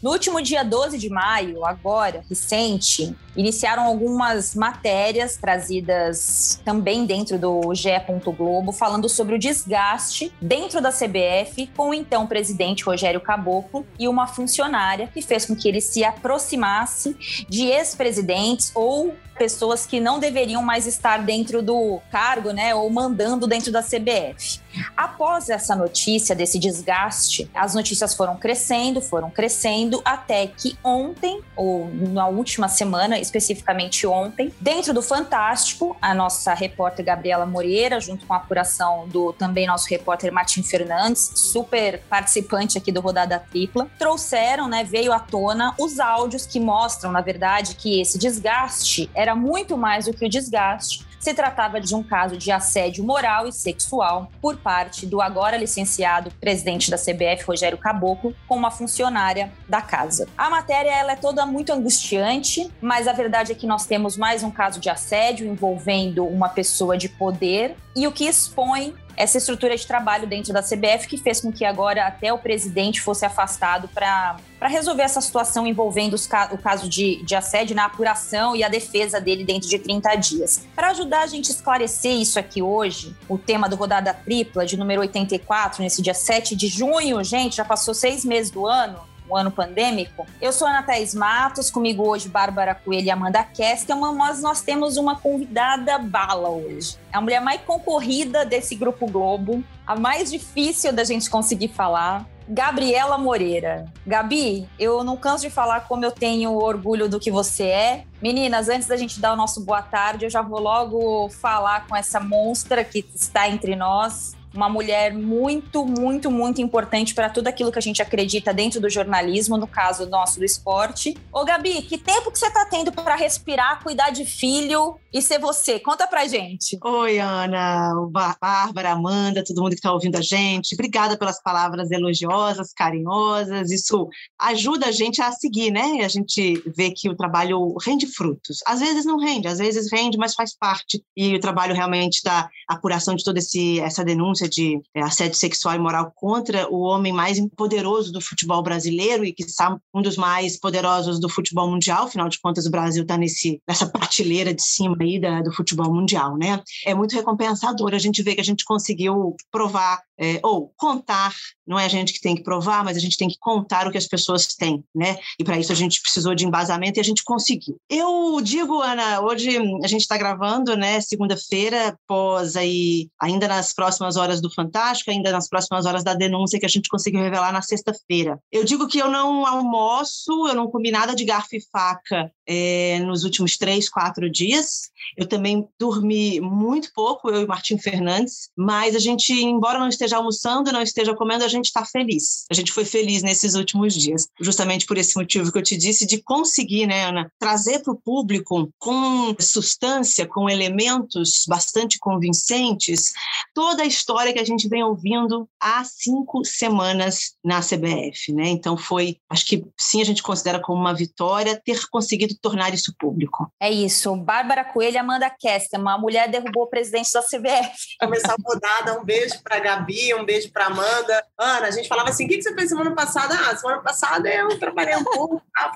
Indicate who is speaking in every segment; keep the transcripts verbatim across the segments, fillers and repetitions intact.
Speaker 1: No último dia doze de maio, agora, recente, iniciaram algumas matérias trazidas também dentro do G E. Globo, falando sobre o desgaste dentro da C B F com o então presidente Rogério Caboclo e uma funcionária que fez com que ele se aproximasse de ex-presidentes ou pessoas que não deveriam mais estar dentro do cargo, né, ou mandando dentro da C B F. Após essa notícia desse desgaste, as notícias foram crescendo, foram crescendo, até que ontem, ou na última semana, especificamente ontem, dentro do Fantástico, a nossa repórter Gabriela Moreira, junto com a apuração do também nosso repórter Martim Fernandes, super participante aqui do Rodada Tripla, trouxeram, né, veio à tona os áudios que mostram, na verdade, que esse desgaste era muito mais do que o desgaste. Se tratava de um caso de assédio moral e sexual por parte do agora licenciado presidente da C B F, Rogério Caboclo, com uma funcionária da casa. A matéria ela é toda muito angustiante, mas a verdade é que nós temos mais um caso de assédio envolvendo uma pessoa de poder e o que expõe essa estrutura de trabalho dentro da C B F que fez com que agora até o presidente fosse afastado para resolver essa situação envolvendo os, o caso de, de assédio na apuração e a defesa dele dentro de trinta dias. Para ajudar a gente a esclarecer isso aqui hoje, o tema do Rodada Tripla de número oitenta e quatro, nesse dia sete de junho, gente, já passou seis meses do ano, um ano pandêmico. Eu sou Ana Thaís Matos, comigo hoje Bárbara Coelho e Amanda Kesterman, mas nós temos uma convidada bala hoje. É a mulher mais concorrida desse Grupo Globo, a mais difícil da gente conseguir falar, Gabriela Moreira. Gabi, eu não canso de falar como eu tenho orgulho do que você é. Meninas, antes da gente dar o nosso boa tarde, eu já vou logo falar com essa monstra que está entre nós. Uma mulher muito, muito, muito importante para tudo aquilo que a gente acredita dentro do jornalismo, no caso nosso do esporte. Ô Gabi, que tempo que você tá tendo para respirar, cuidar de filho e ser você? Conta pra gente.
Speaker 2: Oi, Ana, Bárbara, Amanda, todo mundo que tá ouvindo a gente. Obrigada pelas palavras elogiosas, carinhosas. Isso ajuda a gente a seguir, né? A gente vê que o trabalho rende frutos. Às vezes não rende, às vezes rende, mas faz parte. E o trabalho realmente da apuração de toda esse, essa denúncia de assédio sexual e moral contra o homem mais poderoso do futebol brasileiro e que está um dos mais poderosos do futebol mundial. Afinal de contas, o Brasil está nessa prateleira de cima aí da, do futebol mundial, né? É muito recompensador a gente ver que a gente conseguiu provar é, ou contar, não é a gente que tem que provar, mas a gente tem que contar o que as pessoas têm, né? E para isso a gente precisou de embasamento e a gente conseguiu. Eu digo, Ana, hoje a gente está gravando, né, segunda-feira, pós aí, ainda nas próximas horas do Fantástico, ainda nas próximas horas da denúncia que a gente conseguiu revelar na sexta-feira. Eu digo que eu não almoço, eu não comi nada de garfo e faca é, nos últimos três, quatro dias. Eu também dormi muito pouco, eu e Martim Fernandes, mas a gente, embora não esteja almoçando, não esteja comendo, a gente está feliz. A gente foi feliz nesses últimos dias, justamente por esse motivo que eu te disse, de conseguir, né, Ana, trazer para o público com substância, com elementos bastante convincentes, toda a história que a gente vem ouvindo há cinco semanas na C B F, né? Então foi, acho que sim, a gente considera como uma vitória ter conseguido tornar isso público.
Speaker 1: É isso. Bárbara Coelho e Amanda Kesterman, a mulher derrubou o presidente da C B F.
Speaker 3: Começar a rodada, um beijo para a Gabi, um beijo para Amanda. Ana, a gente falava assim, o que você fez semana passada? Ah, semana passada eu trabalhei um pouco, tá?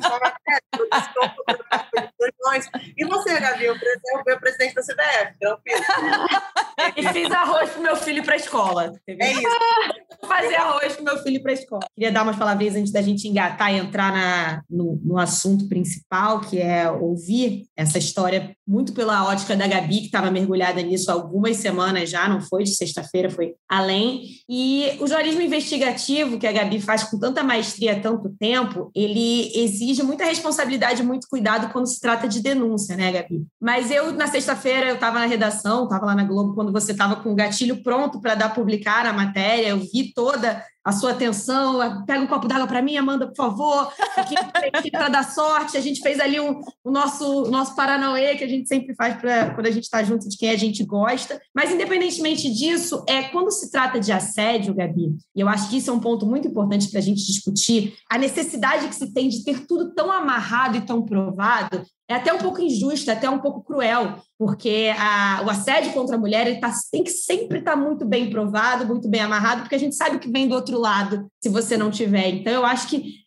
Speaker 3: E você, Gabi, eu fui o presidente da C B F, tranquilo.
Speaker 4: E fiz arroz pro meu filho para a escola.
Speaker 3: É isso.
Speaker 4: Fazer arroz pro meu filho para a escola. Queria dar umas palavrinhas antes da gente engatar e entrar na, no, no assunto principal, que é ouvir essa história muito pela ótica da Gabi, que estava mergulhada nisso há algumas semanas já, não foi de sexta-feira, foi além. E o jornalismo investigativo, que a Gabi faz com tanta maestria há tanto tempo, ele exige muita responsabilidade e muito cuidado quando se trata de denúncia, né, Gabi? Mas eu, na sexta-feira, eu estava na redação, estava lá na Globo, quando você estava com o gatilho pronto para dar publicar a matéria, eu vi toda a sua atenção, pega um copo d'água para mim, Amanda, por favor, aqui para dar sorte, a gente fez ali o, o nosso, o nosso Paranauê, que a gente sempre faz pra, quando a gente está junto de quem a gente gosta, mas independentemente disso, é, quando se trata de assédio, Gabi, e eu acho que isso é um ponto muito importante para a gente discutir, a necessidade que se tem de ter tudo tão amarrado e tão provado, é até um pouco injusto, é até um pouco cruel, porque a, o assédio contra a mulher ele tá, tem que sempre estar tá muito bem provado, muito bem amarrado, porque a gente sabe o que vem do outro lado, se você não tiver. Então, eu acho que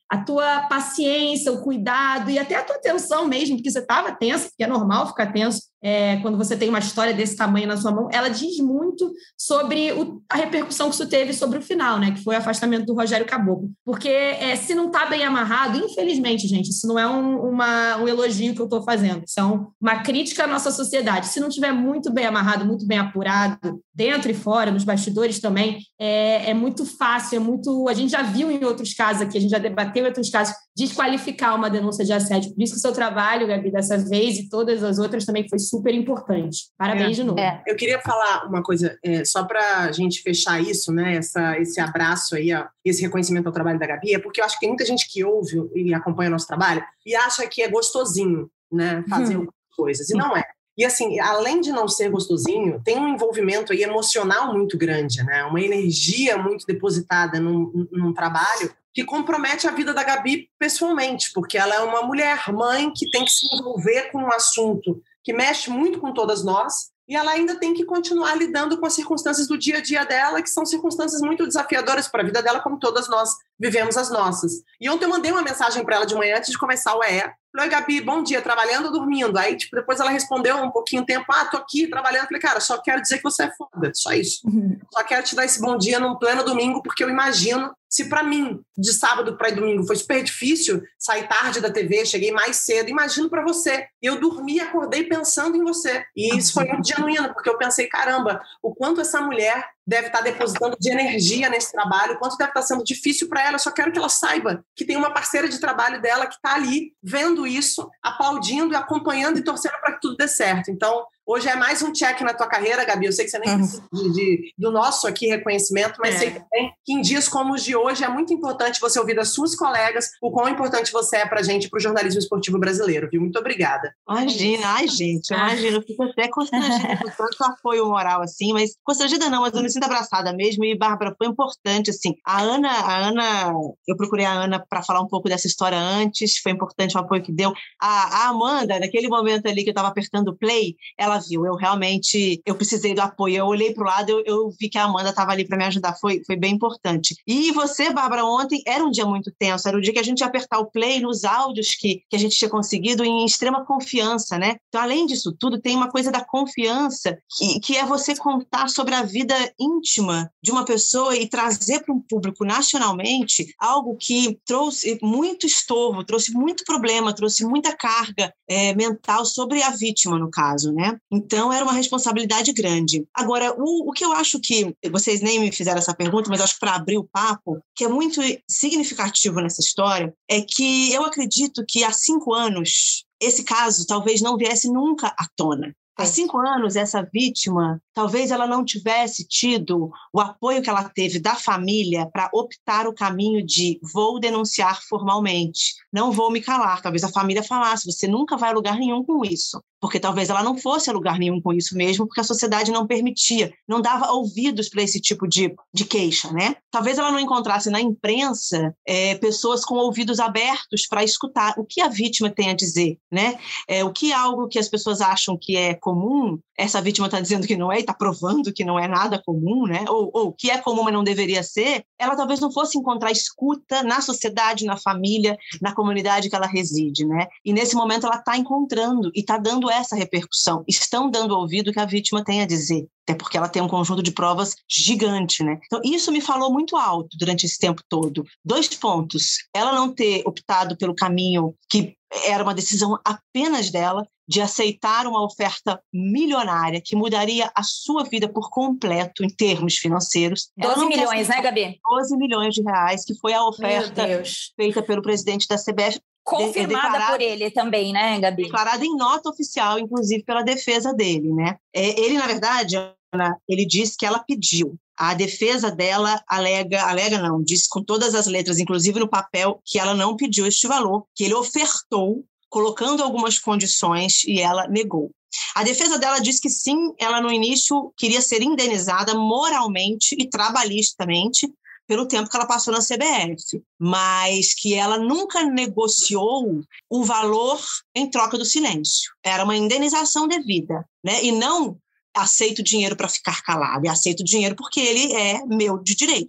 Speaker 4: a tua paciência, o cuidado e até a tua tensão mesmo, porque você estava tensa, porque é normal ficar tenso é, quando você tem uma história desse tamanho na sua mão, ela diz muito sobre o, a repercussão que isso teve sobre o final, né, que foi o afastamento do Rogério Caboclo. Porque é, se não está bem amarrado, infelizmente, gente, isso não é um, uma, um elogio que eu estou fazendo, isso é um, uma crítica à nossa sociedade. Se não estiver muito bem amarrado, muito bem apurado, dentro e fora, nos bastidores também, é, é muito fácil, é muito... A gente já viu em outros casos aqui, a gente já debateu em outros casos, desqualificar uma denúncia de assédio. Por isso que o seu trabalho, Gabi, dessa vez e todas as outras também foi super importante. Parabéns é, de novo.
Speaker 3: É. Eu queria falar uma coisa, é, só para a gente fechar isso, né? Essa, esse abraço aí, ó, esse reconhecimento ao trabalho da Gabi, é porque eu acho que tem muita gente que ouve e acompanha o nosso trabalho e acha que é gostosinho, né? Fazer hum. coisas. E não é. E assim, além de não ser gostosinho, tem um envolvimento aí emocional muito grande, né? Uma energia muito depositada num, num trabalho que compromete a vida da Gabi pessoalmente, porque ela é uma mulher, mãe, que tem que se envolver com um assunto que mexe muito com todas nós, e ela ainda tem que continuar lidando com as circunstâncias do dia a dia dela, que são circunstâncias muito desafiadoras para a vida dela, como todas nós vivemos as nossas. E ontem eu mandei uma mensagem para ela de manhã, antes de começar o E E. Falei, oi, Gabi, bom dia, trabalhando ou dormindo? Aí, tipo, depois ela respondeu um pouquinho tempo, ah, tô aqui trabalhando. Falei, cara, só quero dizer que você é foda, só isso. Uhum. Só quero te dar esse bom dia num pleno domingo, porque eu imagino, se para mim, de sábado para domingo, foi super difícil, sair tarde da T V, cheguei mais cedo, imagino para você. E eu dormi e acordei pensando em você. E isso foi muito genuíno, porque eu pensei, caramba, o quanto essa mulher deve estar depositando de energia nesse trabalho, o quanto deve estar sendo difícil para ela. Eu só quero que ela saiba que tem uma parceira de trabalho dela que está ali, vendo isso, aplaudindo, acompanhando e torcendo para que tudo dê certo. Então, hoje é mais um check na tua carreira, Gabi. Eu sei que você nem precisa de, de, do nosso aqui reconhecimento, mas é. sei também que em dias como os de hoje é muito importante você ouvir das suas colegas o quão importante você é pra gente, pro jornalismo esportivo brasileiro, viu? Muito obrigada.
Speaker 2: Imagina, ai, gente, imagina, eu fico até constrangida com tanto apoio moral assim, mas constrangida não, mas eu me sinto abraçada mesmo. E, Bárbara, foi importante, assim, a Ana, a Ana, eu procurei a Ana para falar um pouco dessa história antes, foi importante o apoio que deu. A, a Amanda, naquele momento ali que eu tava apertando o play, ela viu, eu realmente, eu precisei do apoio, eu olhei pro lado, eu, eu vi que a Amanda estava ali para me ajudar, foi, foi bem importante. E você, Bárbara, ontem era um dia muito tenso, era o dia que a gente ia apertar o play nos áudios que, que a gente tinha conseguido em extrema confiança, né? Então, além disso tudo, tem uma coisa da confiança, que, que é você contar sobre a vida íntima de uma pessoa e trazer para um público nacionalmente algo que trouxe muito estorvo, trouxe muito problema, trouxe muita carga é, mental sobre a vítima, no caso, né? Então, era uma responsabilidade grande. Agora, o, o que eu acho que, vocês nem me fizeram essa pergunta, mas acho que para abrir o papo, que é muito significativo nessa história, é que eu acredito que há cinco anos, esse caso talvez não viesse nunca à tona. Há cinco anos, essa vítima, talvez ela não tivesse tido o apoio que ela teve da família para optar o caminho de vou denunciar formalmente, não vou me calar. Talvez a família falasse, você nunca vai a lugar nenhum com isso. Porque talvez ela não fosse a lugar nenhum com isso mesmo, porque a sociedade não permitia, não dava ouvidos para esse tipo de, de queixa, né? Talvez ela não encontrasse na imprensa é, pessoas com ouvidos abertos para escutar o que a vítima tem a dizer, né? É, o que é algo que as pessoas acham que é comum, essa vítima está dizendo que não é e está provando que não é nada comum, né? Ou, ou que é comum, mas não deveria ser, ela talvez não fosse encontrar escuta na sociedade, na família, na comunidade que ela reside, né? E nesse momento ela está encontrando e está dando essa repercussão, estão dando ouvido que a vítima tem a dizer, até porque ela tem um conjunto de provas gigante, né? Então, isso me falou muito alto durante esse tempo todo. Dois pontos, ela não ter optado pelo caminho que era uma decisão apenas dela, de aceitar uma oferta milionária que mudaria a sua vida por completo em termos financeiros.
Speaker 1: doze milhões, né, Gabi?
Speaker 2: doze milhões de reais, que foi a oferta feita pelo presidente da C B F.
Speaker 1: Confirmada por ele também, né, Gabi?
Speaker 2: Declarada em nota oficial, inclusive pela defesa dele, né? É, ele, na verdade, Ana, ele disse que ela pediu. A defesa dela alega, alega não, diz com todas as letras, inclusive no papel, que ela não pediu este valor, que ele ofertou, colocando algumas condições e ela negou. A defesa dela diz que sim, ela no início queria ser indenizada moralmente e trabalhistamente pelo tempo que ela passou na C B F, mas que ela nunca negociou o valor em troca do silêncio. Era uma indenização devida, né? E não aceito dinheiro para ficar calado, e aceito dinheiro porque ele é meu de direito.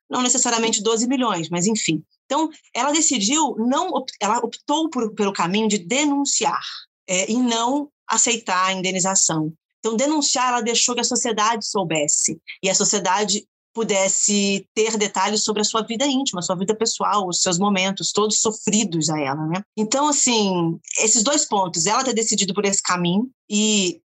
Speaker 2: não necessariamente doze milhões, mas enfim. Então, ela decidiu, não, ela optou por, pelo caminho de denunciar é, e não aceitar a indenização. Então, denunciar, ela deixou que a sociedade soubesse e a sociedade pudesse ter detalhes sobre a sua vida íntima, a sua vida pessoal, os seus momentos, todos sofridos a ela, né? Então, assim, esses dois pontos, ela ter decidido por esse caminho e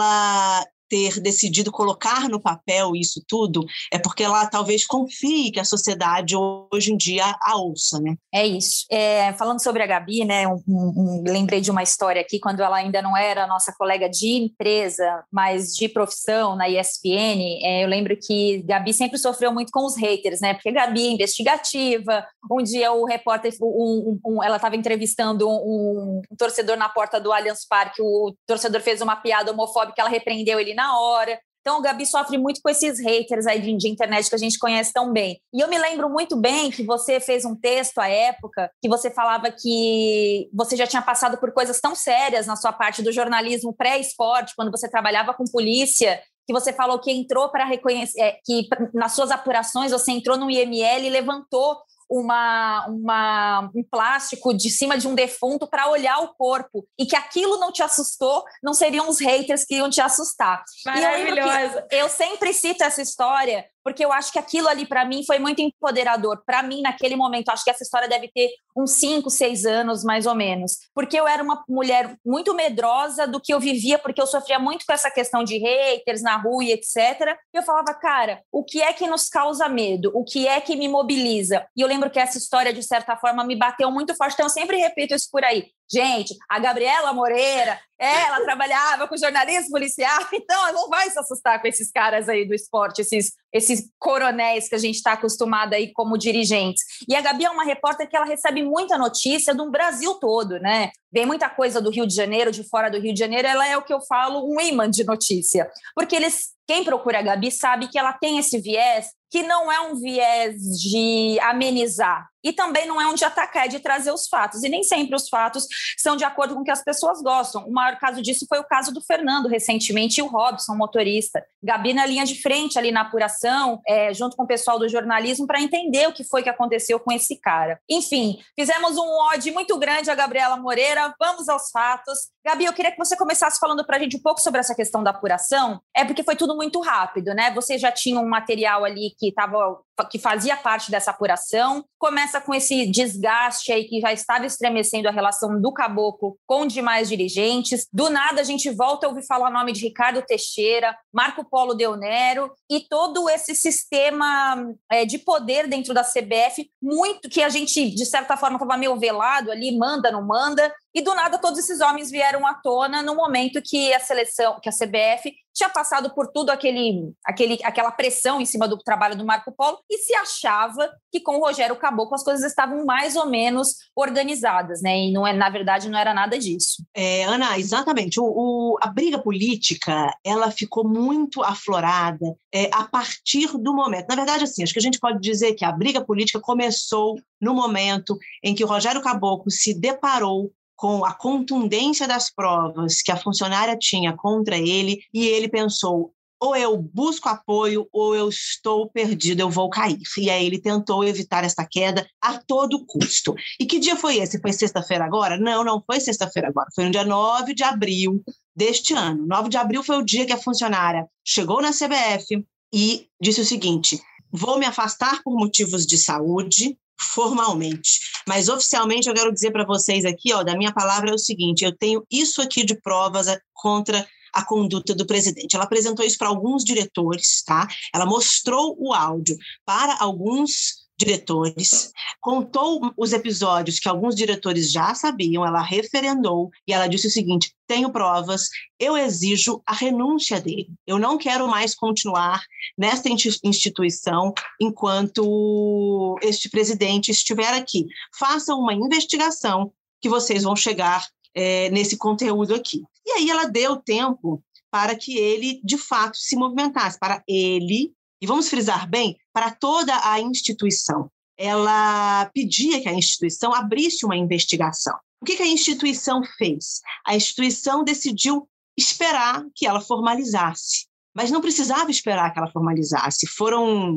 Speaker 2: ela ter decidido colocar no papel isso tudo, é porque ela talvez confie que a sociedade hoje em dia a ouça, né?
Speaker 1: É isso. É, falando sobre a Gabi, né, um, um, lembrei de uma história aqui, quando ela ainda não era nossa colega de empresa, mas de profissão na E S P N, é, eu lembro que Gabi sempre sofreu muito com os haters, né, porque Gabi é investigativa, um dia o repórter, um, um, ela estava entrevistando um, um torcedor na porta do Allianz Parque, o torcedor fez uma piada homofóbica, ela repreendeu ele na hora. Então, o Gabi sofre muito com esses haters aí de, de internet que a gente conhece tão bem. E eu me lembro muito bem que você fez um texto à época que você falava que você já tinha passado por coisas tão sérias na sua parte do jornalismo pré-esporte, quando você trabalhava com polícia, que você falou que entrou para reconhecer, que nas suas apurações você entrou no I M L e levantou Uma, uma, um plástico de cima de um defunto para olhar o corpo, e que aquilo não te assustou, não seriam os haters que iam te assustar.
Speaker 4: Maravilhosa.
Speaker 1: E eu, eu sempre cito essa história porque eu acho que aquilo ali para mim foi muito empoderador. Para mim, naquele momento, acho que essa história deve ter uns cinco, seis anos, mais ou menos. Porque eu era uma mulher muito medrosa do que eu vivia, porque eu sofria muito com essa questão de haters na rua e etcétera. E eu falava, cara, o que é que nos causa medo? O que é que me mobiliza? E eu lembro que essa história, de certa forma, me bateu muito forte. Então, eu sempre repito isso por aí. Gente, a Gabriela Moreira, ela trabalhava com jornalismo policial, então ela não vai se assustar com esses caras aí do esporte, esses, esses coronéis que a gente está acostumado aí como dirigentes. E a Gabi é uma repórter que ela recebe muita notícia do Brasil todo, né? Vem muita coisa do Rio de Janeiro, de fora do Rio de Janeiro, ela é o que eu falo, um imã de notícia. Porque eles, quem procura a Gabi sabe que ela tem esse viés, que não é um viés de amenizar, e também não é um de atacar, é de trazer os fatos. E nem sempre os fatos são de acordo com o que as pessoas gostam. O maior caso disso foi o caso do Fernando, recentemente, e o Robson, motorista. Gabi na linha de frente, ali na apuração, é, junto com o pessoal do jornalismo, para entender o que foi que aconteceu com esse cara. Enfim, fizemos um ódio muito grande a Gabriela Moreira. Vamos aos fatos. Gabi, eu queria que você começasse falando para a gente um pouco sobre essa questão da apuração. É porque foi tudo muito rápido, né? Você já tinha um material ali que, tava, que fazia parte dessa apuração. Começa com esse desgaste aí que já estava estremecendo a relação do Caboclo com demais dirigentes. Do nada a gente volta a ouvir falar o nome de Ricardo Teixeira, Marco Polo Deonero e todo esse sistema é, de poder dentro da C B F, muito que a gente, de certa forma, estava meio velado ali, manda, não manda. E do nada todos esses homens vieram à tona no momento que a seleção, que a C B F tinha passado por tudo aquele, aquele, aquela pressão em cima do trabalho do Marco Polo e se achava que com o Rogério Caboclo as coisas estavam mais ou menos organizadas, né? E não é, na verdade não era nada disso.
Speaker 2: É, Ana, exatamente. O, o, a briga política, ela ficou muito aflorada é, a partir do momento. Na verdade, assim, acho que a gente pode dizer que a briga política começou no momento em que o Rogério Caboclo se deparou com a contundência das provas que a funcionária tinha contra ele, e ele pensou, ou eu busco apoio, ou eu estou perdido, eu vou cair. E aí ele tentou evitar esta queda a todo custo. E que dia foi esse? Foi sexta-feira agora? Não, não foi sexta-feira agora. Foi no dia nove de abril deste ano. nove de abril foi o dia que a funcionária chegou na C B F e disse o seguinte, vou me afastar por motivos de saúde, formalmente, mas oficialmente eu quero dizer para vocês aqui, ó, da minha palavra é o seguinte, eu tenho isso aqui de provas contra a conduta do presidente. Ela apresentou isso para alguns diretores, tá? Ela mostrou o áudio para alguns diretores, contou os episódios que alguns diretores já sabiam, ela referendou e ela disse o seguinte, tenho provas, eu exijo a renúncia dele. Eu não quero mais continuar nesta instituição enquanto este presidente estiver aqui. Façam uma investigação que vocês vão chegar é, nesse conteúdo aqui. E aí ela deu tempo para que ele, de fato, se movimentasse, para ele, e vamos frisar bem, para toda a instituição. Ela pedia que a instituição abrisse uma investigação. O que, que a instituição fez? A instituição decidiu esperar que ela formalizasse, mas não precisava esperar que ela formalizasse. Foram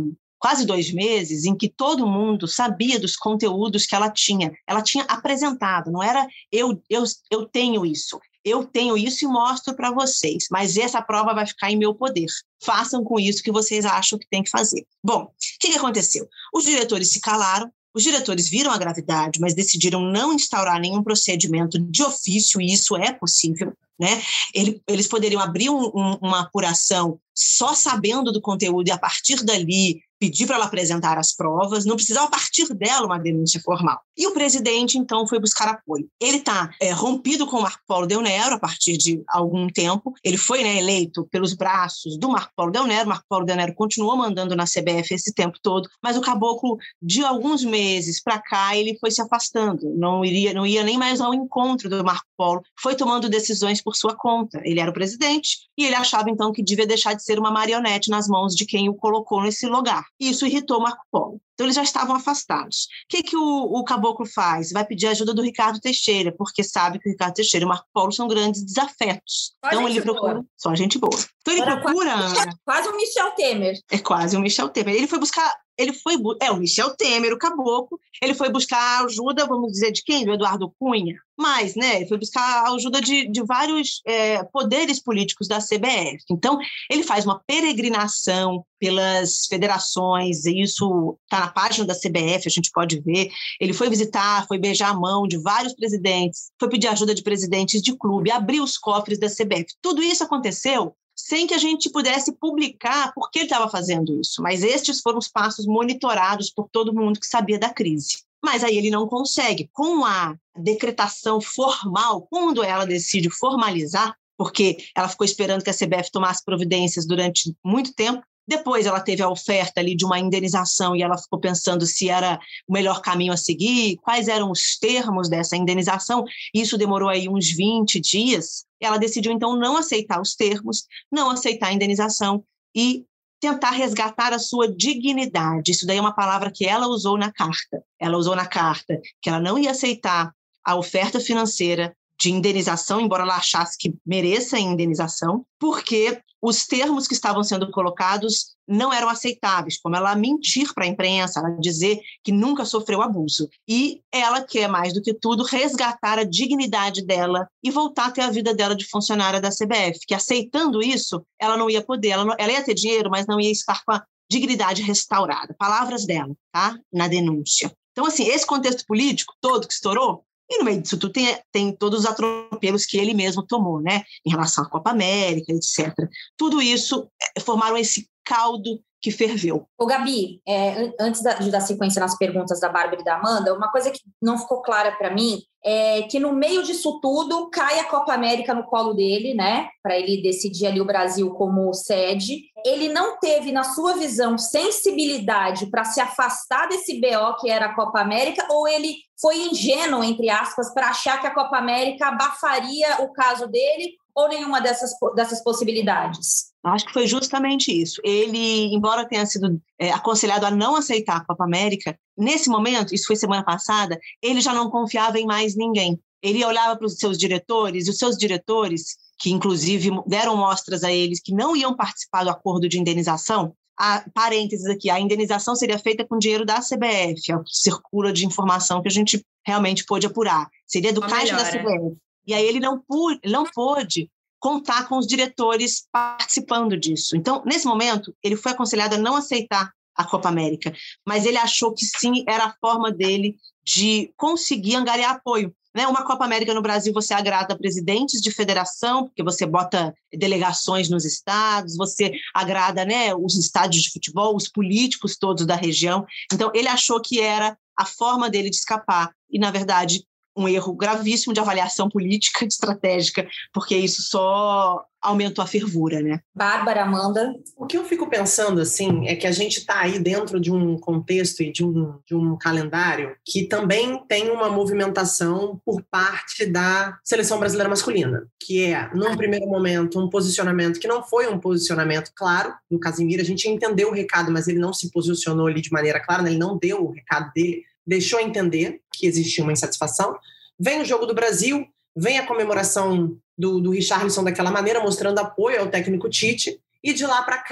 Speaker 2: quase dois meses em que todo mundo sabia dos conteúdos que ela tinha. Ela tinha apresentado, não era eu, eu, eu tenho isso. Eu tenho isso e mostro para vocês, mas essa prova vai ficar em meu poder. Façam com isso o que vocês acham que tem que fazer. Bom, o que, que aconteceu? Os diretores se calaram, os diretores viram a gravidade, mas decidiram não instaurar nenhum procedimento de ofício, e isso é possível, né? Eles poderiam abrir um, um, uma apuração só sabendo do conteúdo e, a partir dali, pedir para ela apresentar as provas, não precisava, a partir dela, uma denúncia formal. E o presidente, então, foi buscar apoio. Ele está é, rompido com o Marco Polo Del Nero a partir de algum tempo. Ele foi, né, eleito pelos braços do Marco Polo Del Nero. Marco Polo Del Nero continuou mandando na C B F esse tempo todo, mas o caboclo, de alguns meses para cá, ele foi se afastando. Não, iria, não ia nem mais ao encontro do Marco Polo. Foi tomando decisões por sua conta. Ele era o presidente e ele achava, então, que devia deixar de ser uma marionete nas mãos de quem o colocou nesse lugar. Isso irritou Marco Polo. Então, eles já estavam afastados. O que, que o, o caboclo faz? Vai pedir ajuda do Ricardo Teixeira, porque sabe que o Ricardo Teixeira e o Marco Polo são grandes desafetos.
Speaker 1: Só
Speaker 2: então, ele procura...
Speaker 1: boa.
Speaker 2: Só gente boa. Então, ele
Speaker 1: Era
Speaker 2: procura...
Speaker 1: Quase, quase um Michel Temer.
Speaker 2: É quase um Michel Temer. Ele foi buscar... Ele foi... É, o Michel Temer, o caboclo. Ele foi buscar ajuda, vamos dizer, de quem? Do Eduardo Cunha. Mas, né, ele foi buscar a ajuda de, de vários é, poderes políticos da C B F. Então, ele faz uma peregrinação pelas federações, e isso está na página da C B F, a gente pode ver. Ele foi visitar, foi beijar a mão de vários presidentes, foi pedir ajuda de presidentes de clube, abriu os cofres da C B F. Tudo isso aconteceu sem que a gente pudesse publicar por que ele estava fazendo isso. Mas estes foram os passos monitorados por todo mundo que sabia da crise. Mas aí ele não consegue. Com a decretação formal, quando ela decide formalizar, porque ela ficou esperando que a C B F tomasse providências durante muito tempo, depois ela teve a oferta ali de uma indenização e ela ficou pensando se era o melhor caminho a seguir, quais eram os termos dessa indenização. Isso demorou aí uns vinte dias. Ela decidiu, então, não aceitar os termos, não aceitar a indenização e tentar resgatar a sua dignidade. Isso daí é uma palavra que ela usou na carta. Ela usou na carta que ela não ia aceitar a oferta financeira de indenização, embora ela achasse que mereça indenização, porque os termos que estavam sendo colocados não eram aceitáveis, como ela mentir para a imprensa, ela dizer que nunca sofreu abuso. E ela quer, mais do que tudo, resgatar a dignidade dela e voltar a ter a vida dela de funcionária da C B F, que aceitando isso, ela não ia poder, ela, não, ela ia ter dinheiro, mas não ia estar com a dignidade restaurada. Palavras dela, tá? Na denúncia. Então, assim, esse contexto político todo que estourou, e no meio disso tudo tem, tem todos os atropelos que ele mesmo tomou, né? Em relação à Copa América, etcétera. Tudo isso formaram esse caldo que ferveu.
Speaker 1: Ô, Gabi, é, antes da, de dar sequência nas perguntas da Bárbara e da Amanda, uma coisa que não ficou clara para mim é que no meio disso tudo cai a Copa América no colo dele, né? Para ele decidir ali o Brasil como sede. Ele não teve, na sua visão, sensibilidade para se afastar desse B O que era a Copa América, ou ele foi ingênuo, entre aspas, para achar que a Copa América abafaria o caso dele, ou nenhuma dessas, dessas possibilidades?
Speaker 2: Acho que foi justamente isso. Ele, embora tenha sido é, aconselhado a não aceitar a Copa América, nesse momento, isso foi semana passada, ele já não confiava em mais ninguém. Ele olhava para os seus diretores, e os seus diretores, que inclusive deram mostras a eles que não iam participar do acordo de indenização, a, parênteses aqui, a indenização seria feita com dinheiro da C B F, é o que circula de informação que a gente realmente pôde apurar. Seria do Uma caixa melhor, da C B F. É? E aí ele não, pôde, não pôde contar com os diretores participando disso. Então, nesse momento, ele foi aconselhado a não aceitar a Copa América, mas ele achou que sim, era a forma dele de conseguir angariar apoio. Né? Uma Copa América no Brasil, você agrada presidentes de federação, porque você bota delegações nos estados, você agrada, né, os estádios de futebol, os políticos todos da região. Então, ele achou que era a forma dele de escapar. E, na verdade, um erro gravíssimo de avaliação política, estratégica, porque isso só aumentou a fervura, né?
Speaker 1: Bárbara, Amanda?
Speaker 3: O que eu fico pensando, assim, é que a gente está aí dentro de um contexto e de um, de um calendário que também tem uma movimentação por parte da seleção brasileira masculina, que é, num primeiro momento, um posicionamento que não foi um posicionamento claro do Casimiro. A gente entendeu o recado, mas ele não se posicionou ali de maneira clara, né? Ele não deu o recado dele, deixou entender que existia uma insatisfação. Vem o Jogo do Brasil, vem a comemoração do, do Richarlison daquela maneira, mostrando apoio ao técnico Tite, e de lá para cá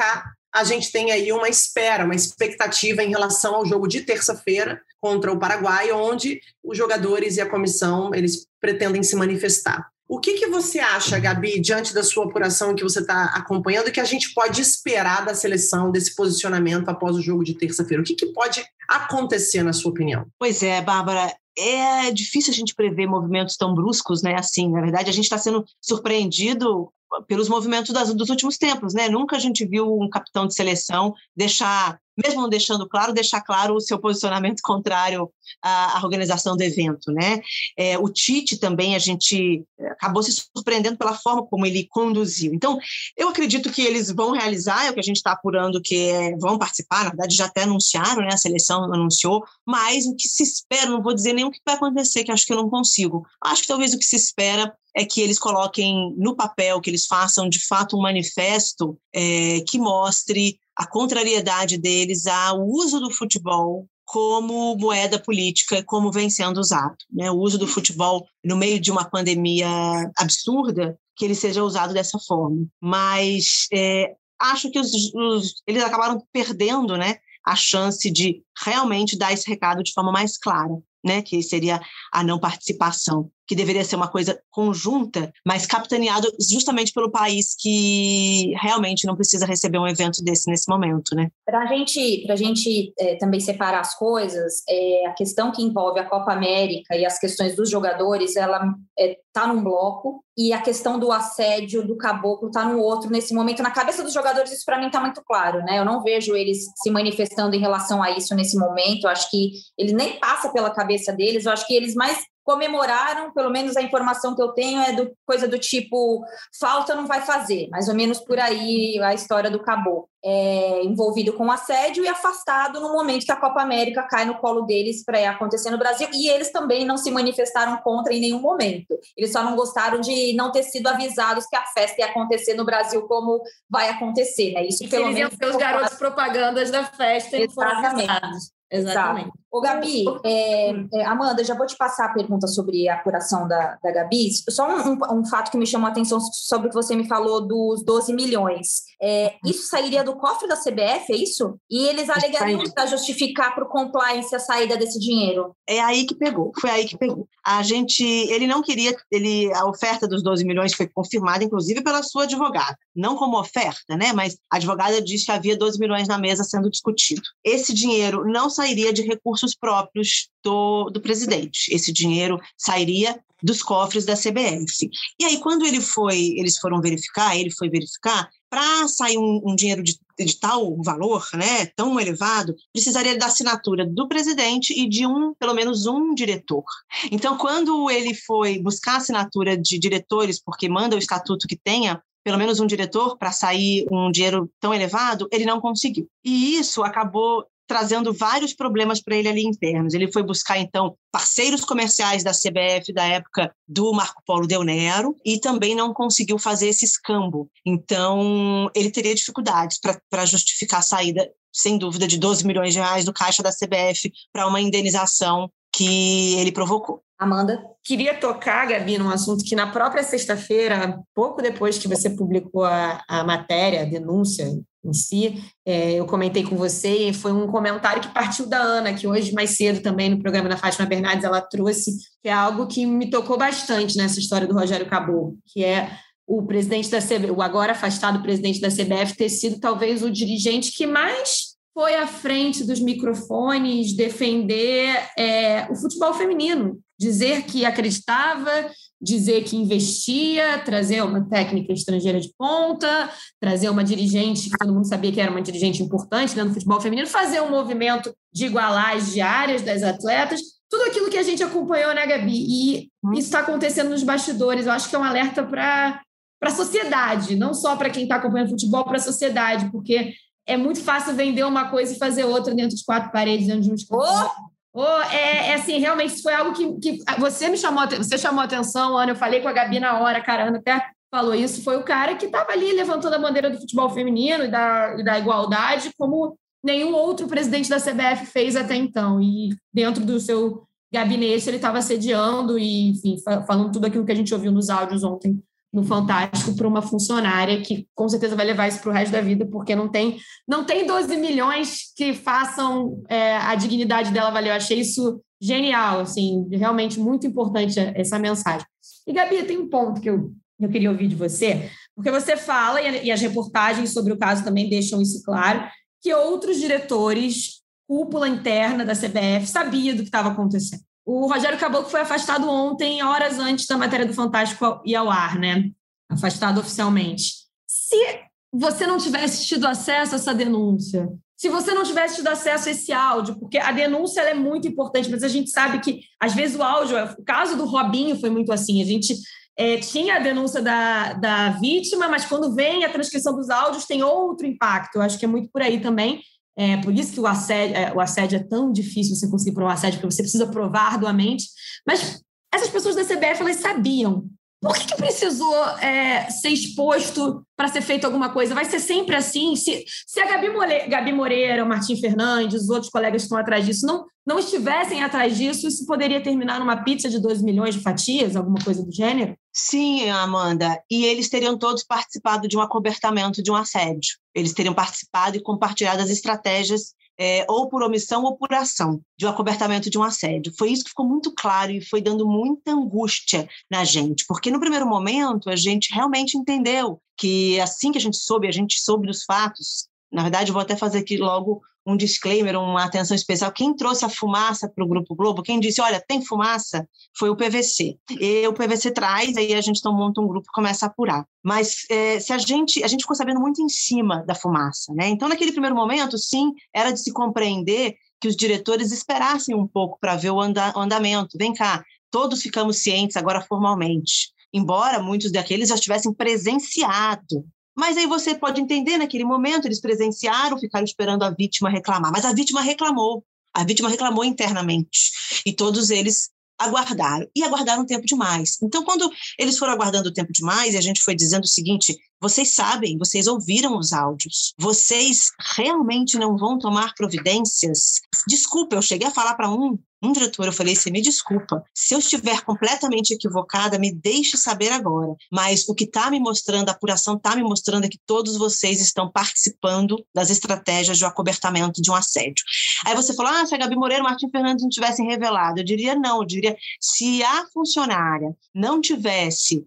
Speaker 3: a gente tem aí uma espera, uma expectativa em relação ao jogo de terça-feira contra o Paraguai, onde os jogadores e a comissão eles pretendem se manifestar. O que, que você acha, Gabi, diante da sua apuração que você está acompanhando, que a gente pode esperar da seleção, desse posicionamento após o jogo de terça-feira? O que, que pode acontecer, na sua opinião?
Speaker 2: Pois é, Bárbara, é difícil a gente prever movimentos tão bruscos, né? Assim, na verdade, a gente está sendo surpreendido pelos movimentos das, dos últimos tempos, né? Nunca a gente viu um capitão de seleção deixar, mesmo não deixando claro, deixar claro o seu posicionamento contrário à, à organização do evento, né? É, o Tite também, a gente acabou se surpreendendo pela forma como ele conduziu. Então, eu acredito que eles vão realizar, é o que a gente está apurando, que é, vão participar, na verdade já até anunciaram, né? A seleção anunciou, mas o que se espera, não vou dizer nem o que vai acontecer, que acho que eu não consigo. Acho que talvez o que se espera é que eles coloquem no papel, que eles façam de fato um manifesto é, que mostre a contrariedade deles ao uso do futebol como moeda política, como vem sendo usado, né? O uso do futebol no meio de uma pandemia absurda, que ele seja usado dessa forma. Mas é, acho que os, os, eles acabaram perdendo, né, a chance de realmente dar esse recado de forma mais clara, né, que seria a não participação, que deveria ser uma coisa conjunta, mas capitaneado justamente pelo país que realmente não precisa receber um evento desse nesse momento, né?
Speaker 1: Para gente, a gente é, também separar as coisas, é, a questão que envolve a Copa América e as questões dos jogadores, ela está é, num bloco, e a questão do assédio do Caboclo está no outro nesse momento. Na cabeça dos jogadores, isso para mim está muito claro, né? Eu não vejo eles se manifestando em relação a isso nesse momento. Eu acho que ele nem passa pela cabeça deles. Eu acho que eles mais comemoraram, pelo menos a informação que eu tenho é do, coisa do tipo, falta não vai fazer, mais ou menos por aí a história do Caboclo. É, envolvido com assédio e afastado no momento que a Copa América cai no colo deles para acontecer no Brasil, e eles também não se manifestaram contra em nenhum momento. Eles só não gostaram de não ter sido avisados que a festa ia acontecer no Brasil como vai acontecer, né? Isso
Speaker 4: e
Speaker 1: pelo
Speaker 4: eles
Speaker 1: menos...
Speaker 4: iam ser os garotos propagandas da festa e foram avisados. Exatamente.
Speaker 1: Exato. Ô, Gabi, é, é, Amanda, já vou te passar a pergunta sobre a apuração da, da Gabi. Só um, um, um fato que me chamou a atenção sobre o que você me falou dos doze milhões. É, isso sairia do cofre da C B F, é isso? E eles alegariam para justificar para o compliance a saída desse dinheiro?
Speaker 2: É aí que pegou, foi aí que pegou. A gente, ele não queria, ele, a oferta dos doze milhões foi confirmada, inclusive, pela sua advogada. Não como oferta, né? Mas a advogada disse que havia doze milhões na mesa sendo discutido. Esse dinheiro não sairia de recursos próprios do, do presidente. Esse dinheiro sairia dos cofres da C B F. E aí, quando ele foi, eles foram verificar, ele foi verificar, para sair um, um dinheiro de, de tal valor, né, tão elevado, precisaria da assinatura do presidente e de um, pelo menos um diretor. Então, quando ele foi buscar a assinatura de diretores, porque manda o estatuto que tenha pelo menos um diretor para sair um dinheiro tão elevado, ele não conseguiu. E isso acabou trazendo vários problemas para ele ali internos. Ele foi buscar, então, parceiros comerciais da C B F da época do Marco Polo Del Nero e também não conseguiu fazer esse escambo. Então, ele teria dificuldades para justificar a saída, sem dúvida, de doze milhões de reais do caixa da C B F para uma indenização que ele provocou.
Speaker 1: Amanda?
Speaker 4: Queria tocar, Gabi, num assunto que na própria sexta-feira, pouco depois que você publicou a, a matéria, a denúncia em si, é, eu comentei com você e foi um comentário que partiu da Ana, que hoje, mais cedo, também no programa da Fátima Bernardes, ela trouxe, que é algo que me tocou bastante nessa história do Rogério Caboclo, que é o presidente da C B F, o agora afastado presidente da C B F, ter sido talvez o dirigente que mais foi à frente dos microfones defender é, o futebol feminino, dizer que acreditava, dizer que investia, trazer uma técnica estrangeira de ponta, trazer uma dirigente que todo mundo sabia que era uma dirigente importante dentro do futebol feminino, fazer um movimento de igualar as diárias das atletas, tudo aquilo que a gente acompanhou, né, Gabi? E isso está acontecendo nos bastidores. Eu acho que é um alerta para a sociedade, não só para quem está acompanhando futebol, para a sociedade, porque é muito fácil vender uma coisa e fazer outra dentro de quatro paredes, dentro de um escritório. Oh! Oh, é, é assim, realmente foi algo que, que você me chamou, você chamou a atenção, Ana, eu falei com a Gabi na hora, cara, a Ana até falou isso, foi o cara que estava ali levantando a bandeira do futebol feminino e da, e da igualdade, como nenhum outro presidente da C B F fez até então, e dentro do seu gabinete ele estava sediando e, enfim, falando tudo aquilo que a gente ouviu nos áudios ontem no Fantástico para uma funcionária que com certeza vai levar isso para o resto da vida, porque não tem, não tem doze milhões que façam é, a dignidade dela valer. Eu achei isso genial, assim, realmente muito importante essa mensagem. E, Gabi, tem um ponto que eu, eu queria ouvir de você, porque você fala, e, e as reportagens sobre o caso também deixam isso claro, que outros diretores, cúpula interna da C B F, sabia do que estava acontecendo. O Rogério Caboclo foi afastado ontem, horas antes da matéria do Fantástico ir ao ar, né? Afastado oficialmente. Se você não tivesse tido acesso a essa denúncia, se você não tivesse tido acesso a esse áudio, porque a denúncia ela é muito importante, mas a gente sabe que, às vezes, o áudio... O caso do Robinho foi muito assim. A gente é, tinha a denúncia da, da vítima, mas quando vem a transcrição dos áudios tem outro impacto. Eu acho que é muito por aí também. É por isso que o assédio, é, o assédio é tão difícil você conseguir provar assédio, porque você precisa provar arduamente. Mas essas pessoas da C B F, elas sabiam. Por que, que precisou é, ser exposto para ser feito alguma coisa? Vai ser sempre assim? Se, se a Gabi, More, Gabi Moreira, o Martim Fernandes, os outros colegas que estão atrás disso, não, não estivessem atrás disso, isso poderia terminar numa pizza de doze milhões de fatias, alguma coisa do gênero?
Speaker 2: Sim, Amanda. E eles teriam todos participado de um acobertamento de um assédio. Eles teriam participado e compartilhado as estratégias É, ou por omissão ou por ação, de um acobertamento de um assédio. Foi isso que ficou muito claro e foi dando muita angústia na gente, porque no primeiro momento a gente realmente entendeu que assim que a gente soube, a gente soube dos fatos. Na verdade, eu vou até fazer aqui logo um disclaimer, uma atenção especial. Quem trouxe a fumaça para o Grupo Globo, quem disse, olha, tem fumaça, foi o P V C. E o P V C traz, aí a gente então monta um grupo e começa a apurar. Mas é, se a gente, a gente ficou sabendo muito em cima da fumaça, né? Então, naquele primeiro momento, sim, era de se compreender que os diretores esperassem um pouco para ver o, anda, o andamento. Vem cá, todos ficamos cientes agora formalmente, embora muitos daqueles já tivessem presenciado. Mas aí você pode entender, naquele momento, eles presenciaram, ficaram esperando a vítima reclamar. Mas a vítima reclamou, a vítima reclamou internamente. E todos eles aguardaram, e aguardaram tempo demais. Então, quando eles foram aguardando tempo demais, e a gente foi dizendo o seguinte, vocês sabem, vocês ouviram os áudios, vocês realmente não vão tomar providências? Desculpa, eu cheguei a falar para um, um diretor, eu falei, você me desculpa, se eu estiver completamente equivocada, me deixe saber agora, mas o que está me mostrando, a apuração está me mostrando é que todos vocês estão participando das estratégias de um acobertamento de um assédio. Aí você falou, ah, se a Gabi Moreira e o Martim Fernandes não tivessem revelado, eu diria não, eu diria, se a funcionária não tivesse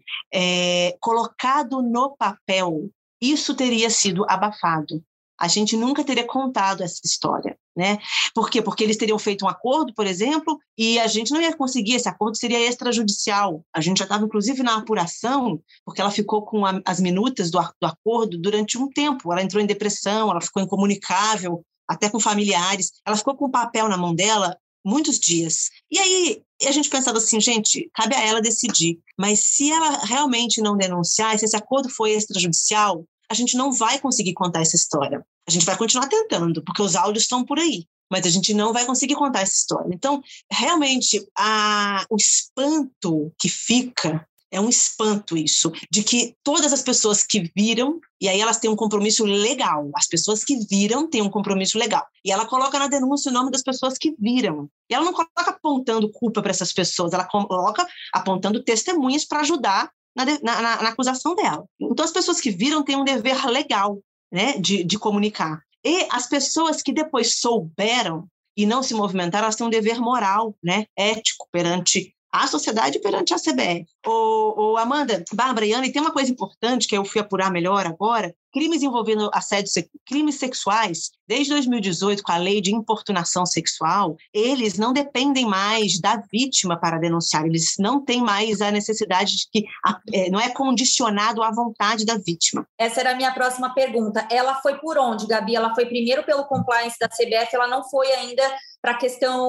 Speaker 2: é, colocado no papel, isso teria sido abafado. A gente nunca teria contado essa história, né? Por quê? Porque eles teriam feito um acordo, por exemplo, e a gente não ia conseguir, esse acordo seria extrajudicial. A gente já estava, inclusive, na apuração, porque ela ficou com a, as minutas do, do acordo durante um tempo. Ela entrou em depressão, ela ficou incomunicável, até com familiares. Ela ficou com o papel na mão dela muitos dias. E aí a gente pensava assim, gente, cabe a ela decidir. Mas se ela realmente não denunciar, se esse acordo for extrajudicial, a gente não vai conseguir contar essa história. A gente vai continuar tentando, porque os áudios estão por aí, mas a gente não vai conseguir contar essa história. Então, realmente, a, o espanto que fica, é um espanto isso, de que todas as pessoas que viram, e aí elas têm um compromisso legal, as pessoas que viram têm um compromisso legal. E ela coloca na denúncia o nome das pessoas que viram. E ela não coloca apontando culpa para essas pessoas, ela coloca apontando testemunhas para ajudar Na, na, na acusação dela. Então, as pessoas que viram têm um dever legal, né, de, de comunicar. E as pessoas que depois souberam e não se movimentaram, elas têm um dever moral, né, ético, perante a sociedade e perante a C B F. Ô, ô, Amanda, Bárbara e Ana, e tem uma coisa importante que eu fui apurar melhor agora, crimes envolvendo assédio, crimes sexuais, desde dois mil e dezoito, com a lei de importunação sexual, eles não dependem mais da vítima para denunciar, eles não têm mais a necessidade de que, é, não é condicionado à vontade da vítima.
Speaker 1: Essa era a minha próxima pergunta. Ela foi por onde, Gabi? Ela foi primeiro pelo compliance da C B F, ela não foi ainda para a questão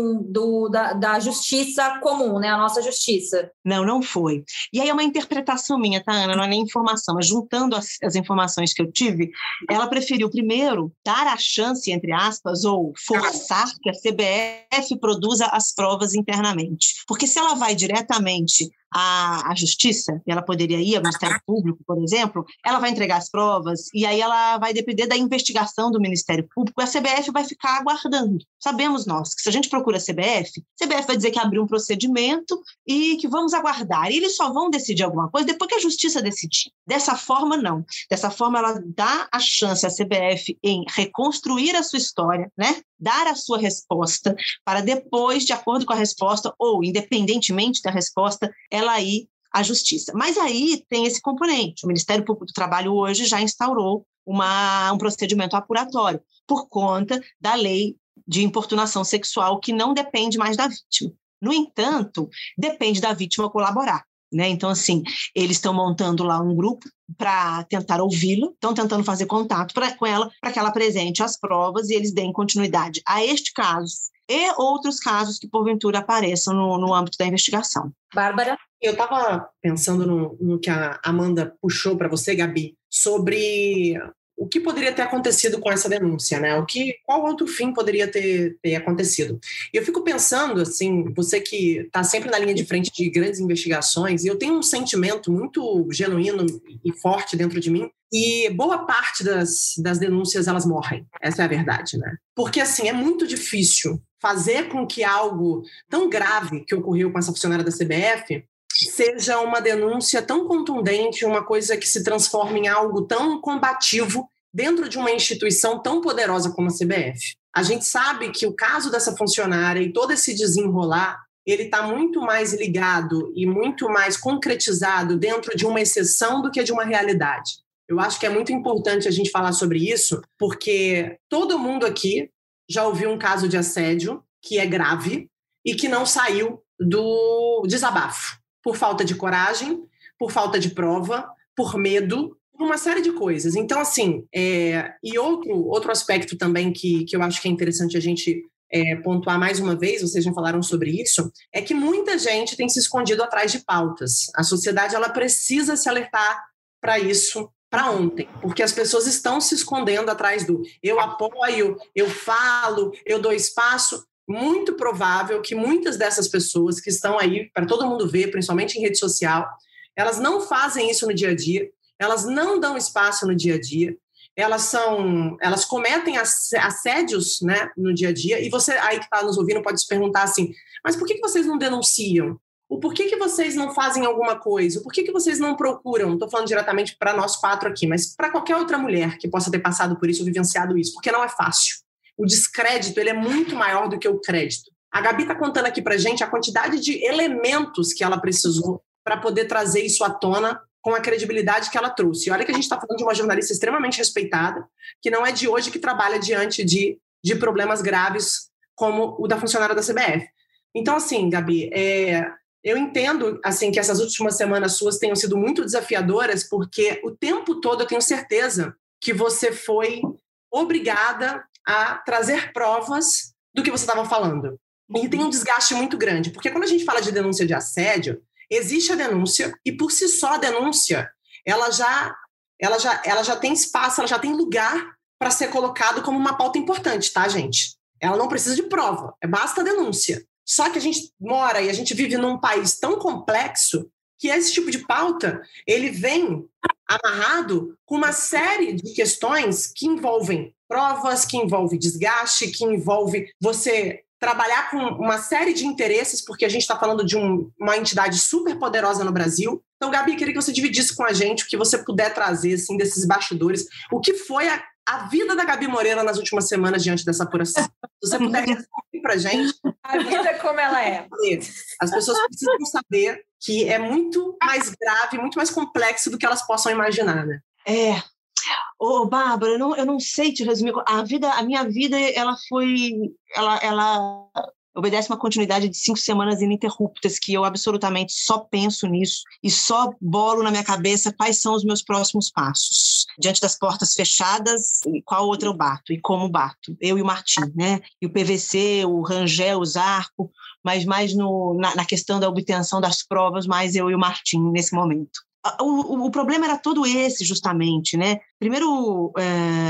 Speaker 1: do, da, da justiça comum, né? A nossa justiça.
Speaker 2: Não, não foi. E aí é uma interpretação minha, tá, Ana? Não é nem informação, mas juntando as, as informações que eu tive, ela preferiu primeiro dar a chance, entre aspas, ou forçar que a C B F produza as provas internamente. Porque se ela vai diretamente à, à justiça, ela poderia ir ao Ministério Público, por exemplo, ela vai entregar as provas e aí ela vai depender da investigação do Ministério Público e a C B F vai ficar aguardando. Sabemos nós que se a gente procura a C B F, a C B F vai dizer que abriu um procedimento e que vamos aguardar. E eles só vão decidir alguma coisa depois que a justiça decidir. Dessa forma, não. Dessa forma, ela dá a chance à C B F em reconstruir a sua história, né? Dar a sua resposta para depois, de acordo com a resposta, ou independentemente da resposta, ela ir à justiça. Mas aí tem esse componente. O Ministério Público do Trabalho hoje já instaurou uma, um procedimento apuratório por conta da lei de importunação sexual que não depende mais da vítima. No entanto, depende da vítima colaborar, né? Então, assim, eles estão montando lá um grupo para tentar ouvi-la, estão tentando fazer contato pra, com ela para que ela apresente as provas e eles deem continuidade a este caso e outros casos que, porventura, apareçam no, no âmbito da investigação.
Speaker 1: Bárbara?
Speaker 3: Eu estava pensando no, no que a Amanda puxou para você, Gabi, sobre o que poderia ter acontecido com essa denúncia, né? O que, qual outro fim poderia ter, ter acontecido? E eu fico pensando, assim, você que está sempre na linha de frente de grandes investigações, e eu tenho um sentimento muito genuíno e forte dentro de mim, e boa parte das, das denúncias, elas morrem. Essa é a verdade, né? Porque, assim, é muito difícil fazer com que algo tão grave que ocorreu com essa funcionária da C B F seja uma denúncia tão contundente, uma coisa que se transforma em algo tão combativo dentro de uma instituição tão poderosa como a C B F. A gente sabe que o caso dessa funcionária e todo esse desenrolar, ele está muito mais ligado e muito mais concretizado dentro de uma exceção do que de uma realidade. Eu acho que é muito importante a gente falar sobre isso, porque todo mundo aqui já ouviu um caso de assédio que é grave e que não saiu do desabafo. Por falta de coragem, por falta de prova, por medo, uma série de coisas. Então, assim, é, e outro, outro aspecto também que, que eu acho que é interessante a gente é, pontuar mais uma vez, vocês já falaram sobre isso, é que muita gente tem se escondido atrás de pautas. A sociedade, ela precisa se alertar para isso para ontem, porque as pessoas estão se escondendo atrás do eu apoio, eu falo, eu dou espaço. Muito provável que muitas dessas pessoas que estão aí para todo mundo ver, principalmente em rede social, elas não fazem isso no dia a dia, elas não dão espaço no dia a dia, elas são, elas cometem assédios, né, no dia a dia, e você aí que está nos ouvindo pode se perguntar assim, mas por que que vocês não denunciam? O porquê que vocês não fazem alguma coisa? O porquê que vocês não procuram? Estou falando diretamente para nós quatro aqui, mas para qualquer outra mulher que possa ter passado por isso ou vivenciado isso, porque não é fácil. O descrédito, ele é muito maior do que o crédito. A Gabi está contando aqui para a gente a quantidade de elementos que ela precisou para poder trazer isso à tona com a credibilidade que ela trouxe. E olha que a gente está falando de uma jornalista extremamente respeitada, que não é de hoje que trabalha diante de, de problemas graves como o da funcionária da C B F. Então, assim, Gabi, é, eu entendo assim, que essas últimas semanas suas tenham sido muito desafiadoras, porque o tempo todo eu tenho certeza que você foi obrigada a trazer provas do que você estava falando. E tem um desgaste muito grande, porque quando a gente fala de denúncia de assédio, existe a denúncia e por si só a denúncia, ela já, ela já, ela já tem espaço, ela já tem lugar para ser colocado como uma pauta importante, tá, gente? Ela não precisa de prova, basta a denúncia. Só que a gente mora e a gente vive num país tão complexo que esse tipo de pauta, ele vem amarrado com uma série de questões que envolvem provas, que envolve desgaste, que envolve você trabalhar com uma série de interesses, porque a gente está falando de um, uma entidade super poderosa no Brasil. Então, Gabi, eu queria que você dividisse com a gente o que você puder trazer assim, desses bastidores, o que foi a, a vida da Gabi Moreira nas últimas semanas diante dessa apuração. Se você puder responder para a gente.
Speaker 1: A vida como ela é.
Speaker 3: As pessoas precisam saber que é muito mais grave, muito mais complexo do que elas possam imaginar, né?
Speaker 2: É. Ô, Bárbara, eu não, eu não sei te resumir. A, vida, a minha vida, ela foi... Ela, ela obedece uma continuidade de cinco semanas ininterruptas, que eu absolutamente só penso nisso e só bolo na minha cabeça quais são os meus próximos passos. Diante das portas fechadas, qual outra eu bato e como bato. Eu e o Martim, né? E o P V C, o Rangel, o Zarco, mas mais no, na, na questão da obtenção das provas, mais eu e o Martim nesse momento. O, o, o problema era todo esse, justamente, né? Primeiro, é,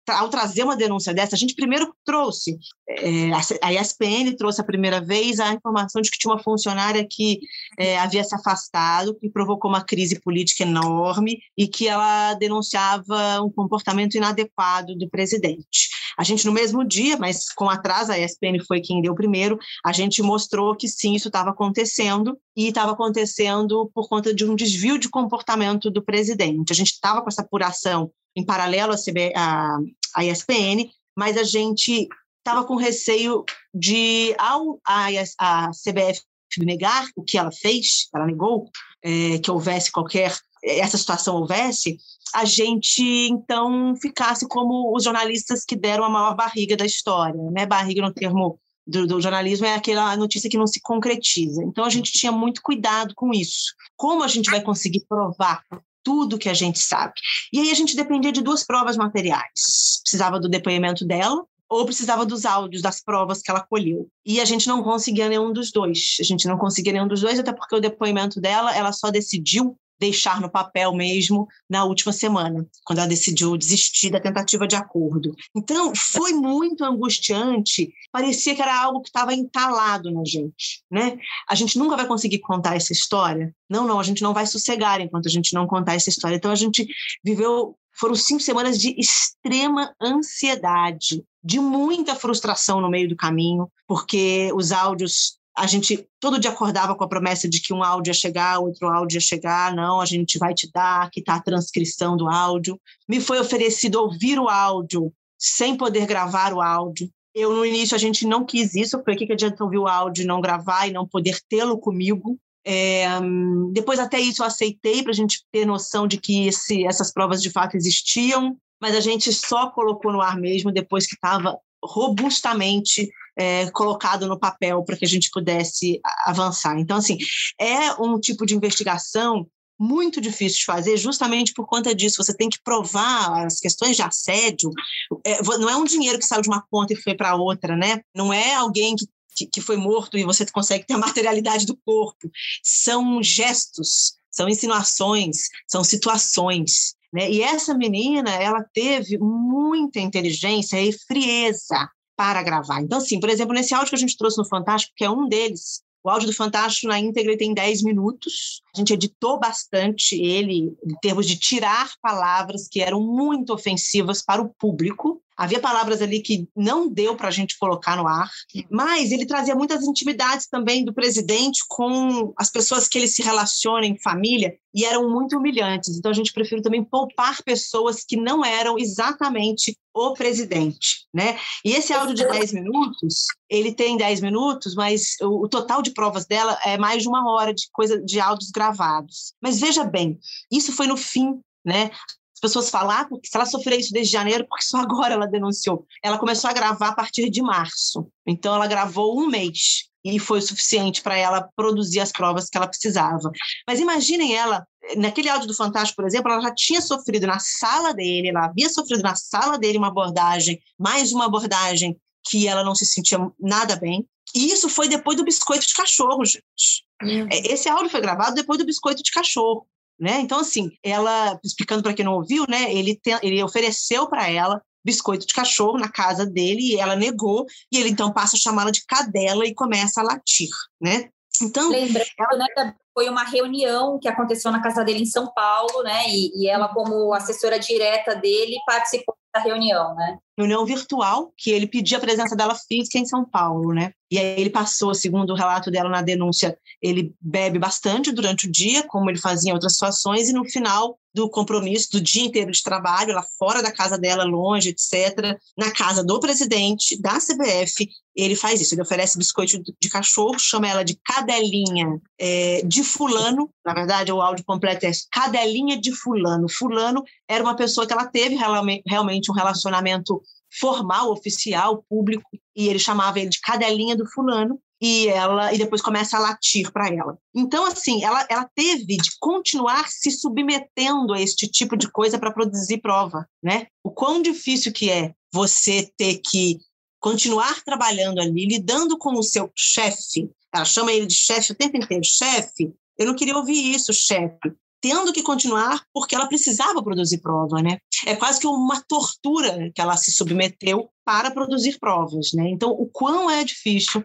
Speaker 2: ao trazer uma denúncia dessa, a gente primeiro trouxe, é, a E S P N trouxe a primeira vez a informação de que tinha uma funcionária que é, havia se afastado, que provocou uma crise política enorme e que ela denunciava um comportamento inadequado do presidente. A gente, no mesmo dia, mas com atraso, a E S P N foi quem deu primeiro, a gente mostrou que sim, isso estava acontecendo, e estava acontecendo por conta de um desvio de comportamento do presidente. A gente estava com essa apuração em paralelo à, C B, à, à E S P N, mas a gente estava com receio de, ao a, a C B F negar o que ela fez, ela negou é, que houvesse qualquer, essa situação houvesse, a gente, então, ficasse como os jornalistas que deram a maior barriga da história, né? Barriga no termo do, do jornalismo é aquela notícia que não se concretiza. Então, a gente tinha muito cuidado com isso. Como a gente vai conseguir provar tudo que a gente sabe? E aí a gente dependia de duas provas materiais. Precisava do depoimento dela ou precisava dos áudios, das provas que ela colheu. E a gente não conseguia nenhum dos dois. A gente não conseguia nenhum dos dois, até porque o depoimento dela, ela só decidiu deixar no papel mesmo na última semana, quando ela decidiu desistir da tentativa de acordo. Então, foi muito angustiante, parecia que era algo que estava entalado na gente, né? A gente nunca vai conseguir contar essa história. Não, não, a gente não vai sossegar enquanto a gente não contar essa história. Então, a gente viveu, foram cinco semanas de extrema ansiedade, de muita frustração no meio do caminho, porque os áudios, a gente todo dia acordava com a promessa de que um áudio ia chegar, outro áudio ia chegar, não, a gente vai te dar, aqui está a transcrição do áudio. Me foi oferecido ouvir o áudio sem poder gravar o áudio. Eu, no início, a gente não quis isso, porque o que adianta ouvir o áudio e não gravar e não poder tê-lo comigo? É, depois até isso eu aceitei para a gente ter noção de que esse, essas provas de fato existiam, mas a gente só colocou no ar mesmo depois que estava robustamente É, colocado no papel para que a gente pudesse avançar. Então, assim, é um tipo de investigação muito difícil de fazer, justamente por conta disso. Você tem que provar as questões de assédio. É, não é um dinheiro que saiu de uma conta e foi para outra, né? Não é alguém que, que, que foi morto e você consegue ter a materialidade do corpo. São gestos, são insinuações, são situações, né? E essa menina, ela teve muita inteligência e frieza para gravar. Então, assim, por exemplo, nesse áudio que a gente trouxe no Fantástico, que é um deles, o áudio do Fantástico na íntegra tem dez minutos, a gente editou bastante ele em termos de tirar palavras que eram muito ofensivas para o público. Havia palavras ali que não deu para a gente colocar no ar, mas ele trazia muitas intimidades também do presidente com as pessoas que ele se relaciona em família e eram muito humilhantes. Então, a gente preferiu também poupar pessoas que não eram exatamente o presidente, né? E esse áudio de dez minutos, ele tem dez minutos, mas o, o total de provas dela é mais de uma hora de coisa de áudios gravados. Mas veja bem, isso foi no fim, né? As pessoas falam, ah, porque se ela sofreu isso desde janeiro, porque só agora ela denunciou. Ela começou a gravar a partir de março. Então, ela gravou um mês e foi o suficiente para ela produzir as provas que ela precisava. Mas imaginem ela, naquele áudio do Fantástico, por exemplo, ela já tinha sofrido na sala dele, ela havia sofrido na sala dele uma abordagem, mais uma abordagem que ela não se sentia nada bem. E isso foi depois do biscoito de cachorro, gente. Uhum. Esse áudio foi gravado depois do biscoito de cachorro. Né? Então, assim, ela, explicando para quem não ouviu, né, ele, te, ele ofereceu para ela biscoito de cachorro na casa dele e ela negou, e ele então passa a chamá-la de cadela e começa a latir, né? Então,
Speaker 1: lembrando,
Speaker 2: ela...
Speaker 1: né, foi uma reunião que aconteceu na casa dele em São Paulo, né? E, e ela, como assessora direta dele, participou da reunião, né?
Speaker 2: Reunião virtual, que ele pedia a presença dela física em São Paulo, né? E aí ele passou, segundo o relato dela na denúncia, ele bebe bastante durante o dia, como ele fazia em outras situações, e no final do compromisso, do dia inteiro de trabalho, lá fora da casa dela, longe, etcétera, na casa do presidente da C B F, ele faz isso, ele oferece biscoito de cachorro, chama ela de cadelinha é, de fulano, na verdade o áudio completo é cadelinha de fulano. Fulano era uma pessoa que ela teve realmente um relacionamento formal, oficial, público, e ele chamava ele de cadelinha do fulano, e ela e depois começa a latir para ela. Então, assim, ela, ela teve de continuar se submetendo a este tipo de coisa para produzir prova, né? O quão difícil que é você ter que continuar trabalhando ali, lidando com o seu chefe. Ela chama ele de chefe o tempo inteiro. Chefe, eu não queria ouvir isso, chefe. tendo que continuar porque ela precisava produzir prova, né? É quase que uma tortura que ela se submeteu para produzir provas, né? Então, o quão é difícil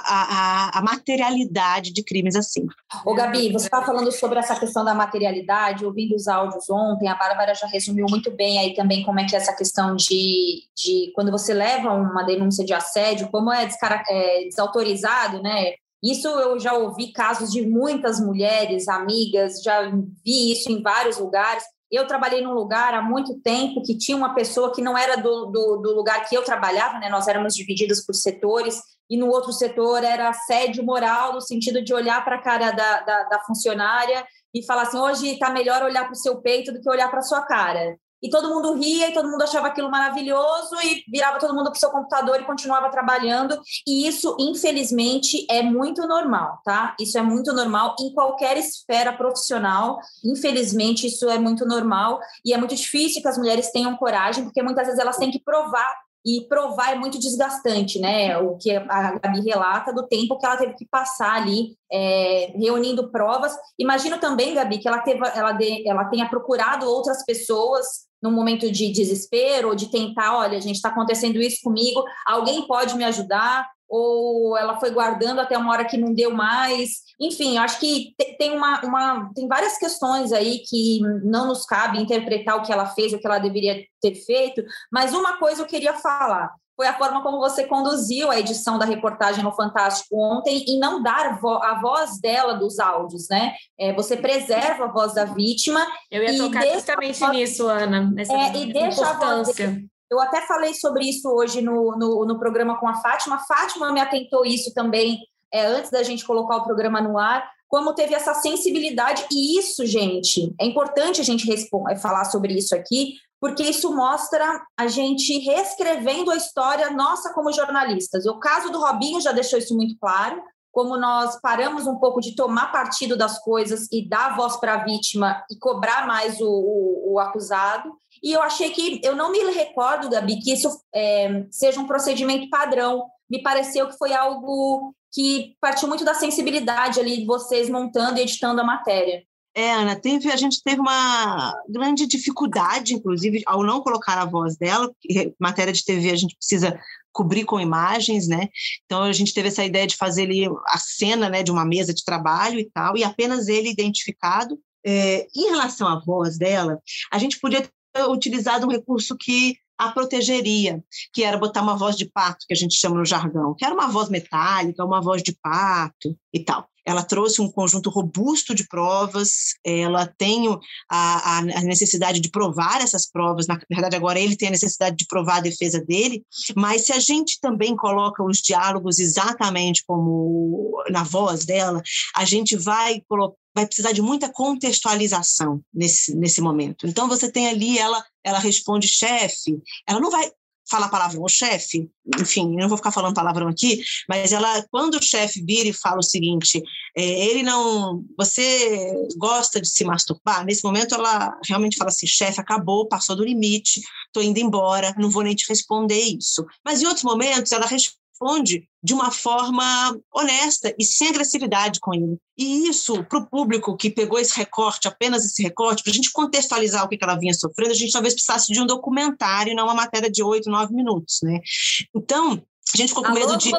Speaker 2: a, a, a materialidade de crimes assim.
Speaker 1: Ô, Gabi, você estava falando sobre essa questão da materialidade, ouvindo os áudios ontem, a Bárbara já resumiu muito bem aí também como é que é essa questão de, de quando você leva uma denúncia de assédio, como é, descara, é desautorizado, né? Isso eu já ouvi casos de muitas mulheres, amigas, já vi isso em vários lugares. Eu trabalhei num lugar há muito tempo que tinha uma pessoa que não era do, do, do lugar que eu trabalhava, né? Nós éramos divididos por setores, e no outro setor era assédio moral, no sentido de olhar para a cara da, da, da funcionária e falar assim, hoje está melhor olhar para o seu peito do que olhar para a sua cara. E todo mundo ria, e todo mundo achava aquilo maravilhoso, e virava todo mundo para o seu computador e continuava trabalhando. E isso, infelizmente, é muito normal, tá? Isso é muito normal em qualquer esfera profissional. Infelizmente, isso é muito normal. E é muito difícil que as mulheres tenham coragem, porque muitas vezes elas têm que provar. E provar é muito desgastante, né? O que a Gabi relata do tempo que ela teve que passar ali é, reunindo provas. Imagino também, Gabi, que ela, teve, ela, de, ela tenha procurado outras pessoas num momento de desespero, ou de tentar, olha, gente, está acontecendo isso comigo, alguém pode me ajudar? Ou ela foi guardando até uma hora que não deu mais? Enfim, acho que tem, uma, uma, tem várias questões aí que não nos cabe interpretar o que ela fez, o que ela deveria ter feito, mas uma coisa eu queria falar, foi a forma como você conduziu a edição da reportagem no Fantástico ontem e não dar vo- a voz dela dos áudios, né? É, você preserva a voz da vítima.
Speaker 4: Eu ia tocar justamente voz... nisso, Ana, nessa,
Speaker 1: é, e
Speaker 4: nessa importância.
Speaker 1: Eu até falei sobre isso hoje no, no, no programa com a Fátima. A Fátima me atentou isso também é, antes da gente colocar o programa no ar, como teve essa sensibilidade. E isso, gente, é importante a gente responder, falar sobre isso aqui, porque isso mostra a gente reescrevendo a história nossa como jornalistas. O caso do Robinho já deixou isso muito claro, como nós paramos um pouco de tomar partido das coisas e dar voz para a vítima e cobrar mais o, o, o acusado. E eu achei que, eu não me recordo, Gabi, que isso é, seja um procedimento padrão. Me pareceu que foi algo que partiu muito da sensibilidade ali de vocês montando e editando a matéria.
Speaker 2: É, Ana, teve, a gente teve uma grande dificuldade, inclusive, ao não colocar a voz dela, porque matéria de T V a gente precisa cobrir com imagens, né? Então a gente teve essa ideia de fazer ali a cena, né, de uma mesa de trabalho e tal, e apenas ele identificado. É, em relação à voz dela, a gente podia ter utilizado um recurso que a protegeria, que era botar uma voz de pato, que a gente chama no jargão, que era uma voz metálica, uma voz de pato e tal. Ela trouxe um conjunto robusto de provas, ela tem a, a necessidade de provar essas provas, na verdade agora ele tem a necessidade de provar a defesa dele, mas se a gente também coloca os diálogos exatamente como na voz dela, a gente vai colocar vai precisar de muita contextualização nesse, nesse momento. Então, você tem ali, ela, ela responde chefe, ela não vai falar palavrão, o chefe, enfim, eu não vou ficar falando palavrão aqui, mas ela, quando o chefe vira e fala o seguinte, é, ele não, você gosta de se masturbar? Nesse momento, ela realmente fala assim, chefe, acabou, passou do limite, estou indo embora, não vou nem te responder isso. Mas em outros momentos, ela responde responde de uma forma honesta e sem agressividade com ele. E isso, para o público que pegou esse recorte, apenas esse recorte, para a gente contextualizar o que ela vinha sofrendo, a gente talvez precisasse de um documentário, não uma matéria de oito, nove minutos, né? Então, a gente ficou com
Speaker 1: Alô,
Speaker 2: medo de...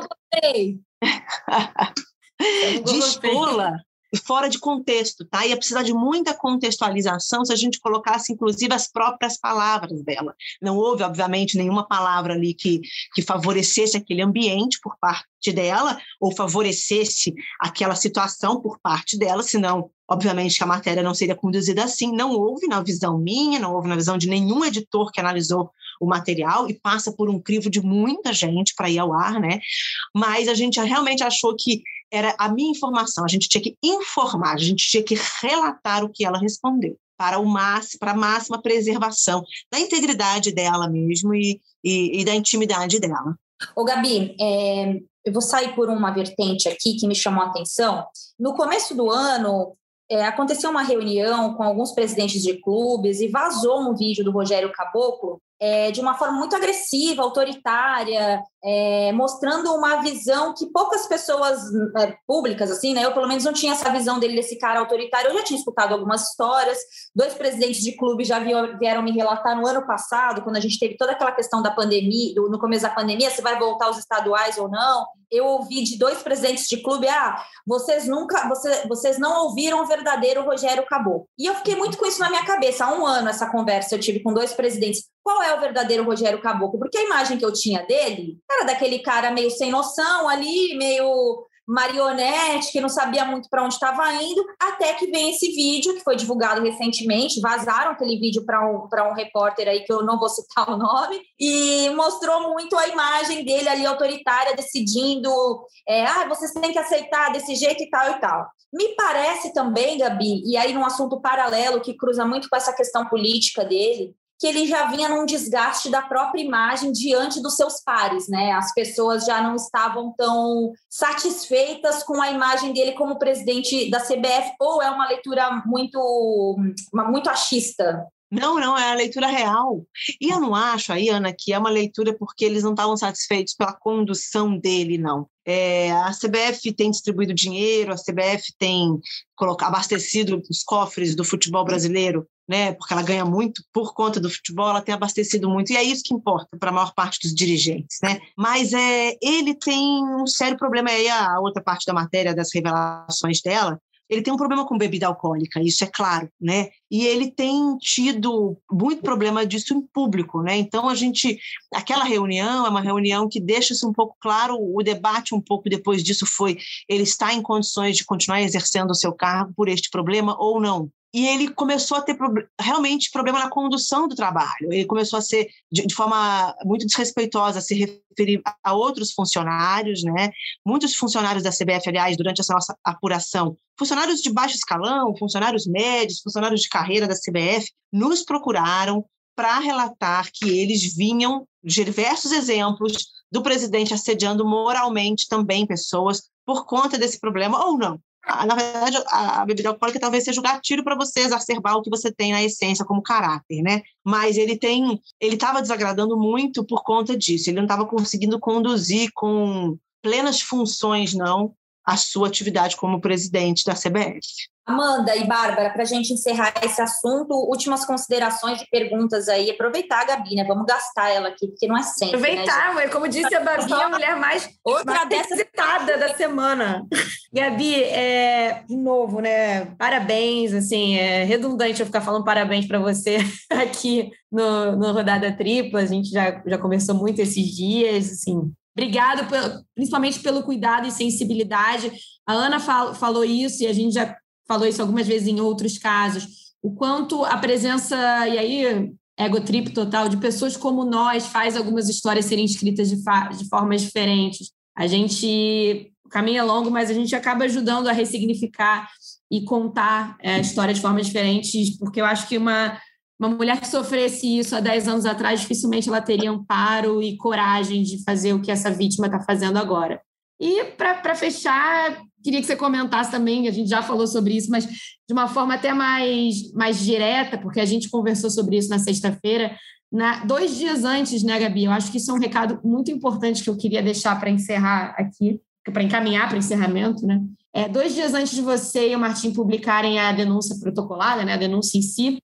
Speaker 2: de expô-la fora de contexto, tá? Ia precisar de muita contextualização se a gente colocasse, inclusive, as próprias palavras dela. Não houve, obviamente, nenhuma palavra ali que, que favorecesse aquele ambiente por parte dela ou favorecesse aquela situação por parte dela, senão, obviamente, que a matéria não seria conduzida assim. Não houve na visão minha, não houve na visão de nenhum editor que analisou o material e passa por um crivo de muita gente para ir ao ar, né? Mas a gente realmente achou que era a minha informação, a gente tinha que informar, a gente tinha que relatar o que ela respondeu, para, o máximo, para a máxima preservação da integridade dela mesmo e, e, e da intimidade dela.
Speaker 1: Ô, Gabi, é, eu vou sair por uma vertente aqui que me chamou a atenção. No começo do ano, é, aconteceu uma reunião com alguns presidentes de clubes e vazou um vídeo do Rogério Caboclo é, de uma forma muito agressiva, autoritária, é, mostrando uma visão que poucas pessoas é, públicas, assim, né? Eu, pelo menos, não tinha essa visão dele, desse cara autoritário. Eu já tinha escutado algumas histórias. Dois presidentes de clube já vieram me relatar no ano passado, quando a gente teve toda aquela questão da pandemia, no começo da pandemia, se vai voltar aos estaduais ou não. Eu ouvi de dois presidentes de clube, ah, vocês nunca, você, vocês não ouviram o verdadeiro Rogério Caboclo. E eu fiquei muito com isso na minha cabeça. Há um ano essa conversa eu tive com dois presidentes. Qual é o verdadeiro Rogério Caboclo? Porque a imagem que eu tinha dele era daquele cara meio sem noção ali, meio marionete, que não sabia muito para onde estava indo, até que vem esse vídeo que foi divulgado recentemente, vazaram aquele vídeo para um, para um repórter aí, que eu não vou citar o nome, e mostrou muito a imagem dele ali autoritária, decidindo, é, ah, vocês têm que aceitar desse jeito e tal e tal. Me parece também, Gabi, e aí num assunto paralelo que cruza muito com essa questão política dele, que ele já vinha num desgaste da própria imagem diante dos seus pares, né? As pessoas já não estavam tão satisfeitas com a imagem dele como presidente da C B F, ou é uma leitura muito, muito achista?
Speaker 2: Não, não, é a leitura real. E eu não acho aí, Ana, que é uma leitura porque eles não estavam satisfeitos pela condução dele, não. É, a C B F tem distribuído dinheiro, a C B F tem colocado, abastecido os cofres do futebol brasileiro, né, porque ela ganha muito por conta do futebol, ela tem abastecido muito, e é isso que importa para a maior parte dos dirigentes, né? Mas é, ele tem um sério problema, aí a outra parte da matéria, das revelações dela, ele tem um problema com bebida alcoólica, isso é claro, né? E ele tem tido muito problema disso em público, né? Então, a gente... Aquela reunião é uma reunião que deixa-se um pouco claro, o debate um pouco depois disso foi, ele está em condições de continuar exercendo o seu cargo por este problema ou não? E ele começou a ter realmente problema na condução do trabalho. Ele começou a ser, de, de forma muito desrespeitosa, a se referir a outros funcionários, né? Muitos funcionários da C B F, aliás, durante essa nossa apuração, funcionários de baixo escalão, funcionários médios, funcionários de carreira da C B F, nos procuraram para relatar que eles vinham de diversos exemplos do presidente assediando moralmente também pessoas por conta desse problema, ou não. Na verdade, a bebida alcoólica talvez seja o gatilho para você exacerbar o que você tem na essência como caráter, né? Mas ele tem, ele estava desagradando muito por conta disso. Ele não estava conseguindo conduzir com plenas funções, não, a sua atividade como presidente da C B F.
Speaker 1: Amanda e Bárbara, para a gente encerrar esse assunto, últimas considerações de perguntas aí. Aproveitar a Gabi, né? Vamos gastar ela aqui, porque não é sempre.
Speaker 4: Aproveitar,
Speaker 1: né,
Speaker 4: como disse a Babi, a mulher mais, mais visitada da semana. Gabi, é, de novo, né? Parabéns, assim, é redundante eu ficar falando parabéns para você aqui no, no Rodada Tripla. A gente já, já conversou muito esses dias, assim. Obrigado, pelo, principalmente pelo cuidado e sensibilidade. A Ana fal, falou isso e a gente já falou isso algumas vezes em outros casos, o quanto a presença, e aí, egotrip total, de pessoas como nós faz algumas histórias serem escritas de, fa- de formas diferentes. A gente, o caminho é longo, mas a gente acaba ajudando a ressignificar e contar é, a história de formas diferentes, porque eu acho que uma, uma mulher que sofresse isso há dez anos atrás, dificilmente ela teria amparo e coragem de fazer o que essa vítima está fazendo agora. E, para fechar, queria que você comentasse também, a gente já falou sobre isso, mas de uma forma até mais, mais direta, porque a gente conversou sobre isso na sexta-feira, na, dois dias antes, né, Gabi? Eu acho que isso é um recado muito importante que eu queria deixar para encerrar aqui, para encaminhar para o encerramento, né? É, dois dias antes de você e o Martim publicarem a denúncia protocolada, né, a denúncia em si,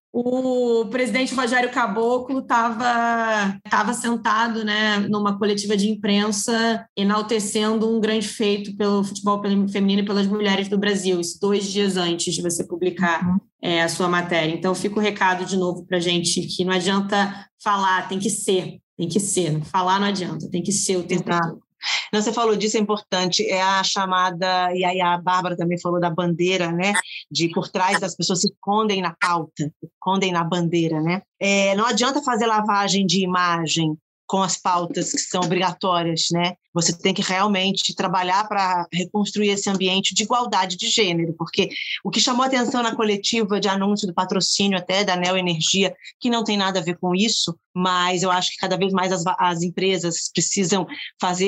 Speaker 4: o presidente Rogério Caboclo estava estava sentado, né, numa coletiva de imprensa enaltecendo um grande feito pelo futebol feminino e pelas mulheres do Brasil, isso dois dias antes de você publicar uhum. é, a sua matéria. Então, fica o recado de novo para a gente que não adianta falar, tem que ser, tem que ser. Falar não adianta, tem que ser o tempo todo.
Speaker 2: Não, você falou disso, é importante, é a chamada, e aí a Bárbara também falou da bandeira, né, de por trás das pessoas se escondem na pauta, se escondem na bandeira, né. É, não adianta fazer lavagem de imagem com as pautas que são obrigatórias, né, você tem que realmente trabalhar para reconstruir esse ambiente de igualdade de gênero, porque o que chamou atenção na coletiva de anúncio do patrocínio até da Neo Energia, que não tem nada a ver com isso, mas eu acho que cada vez mais as, as empresas precisam fazer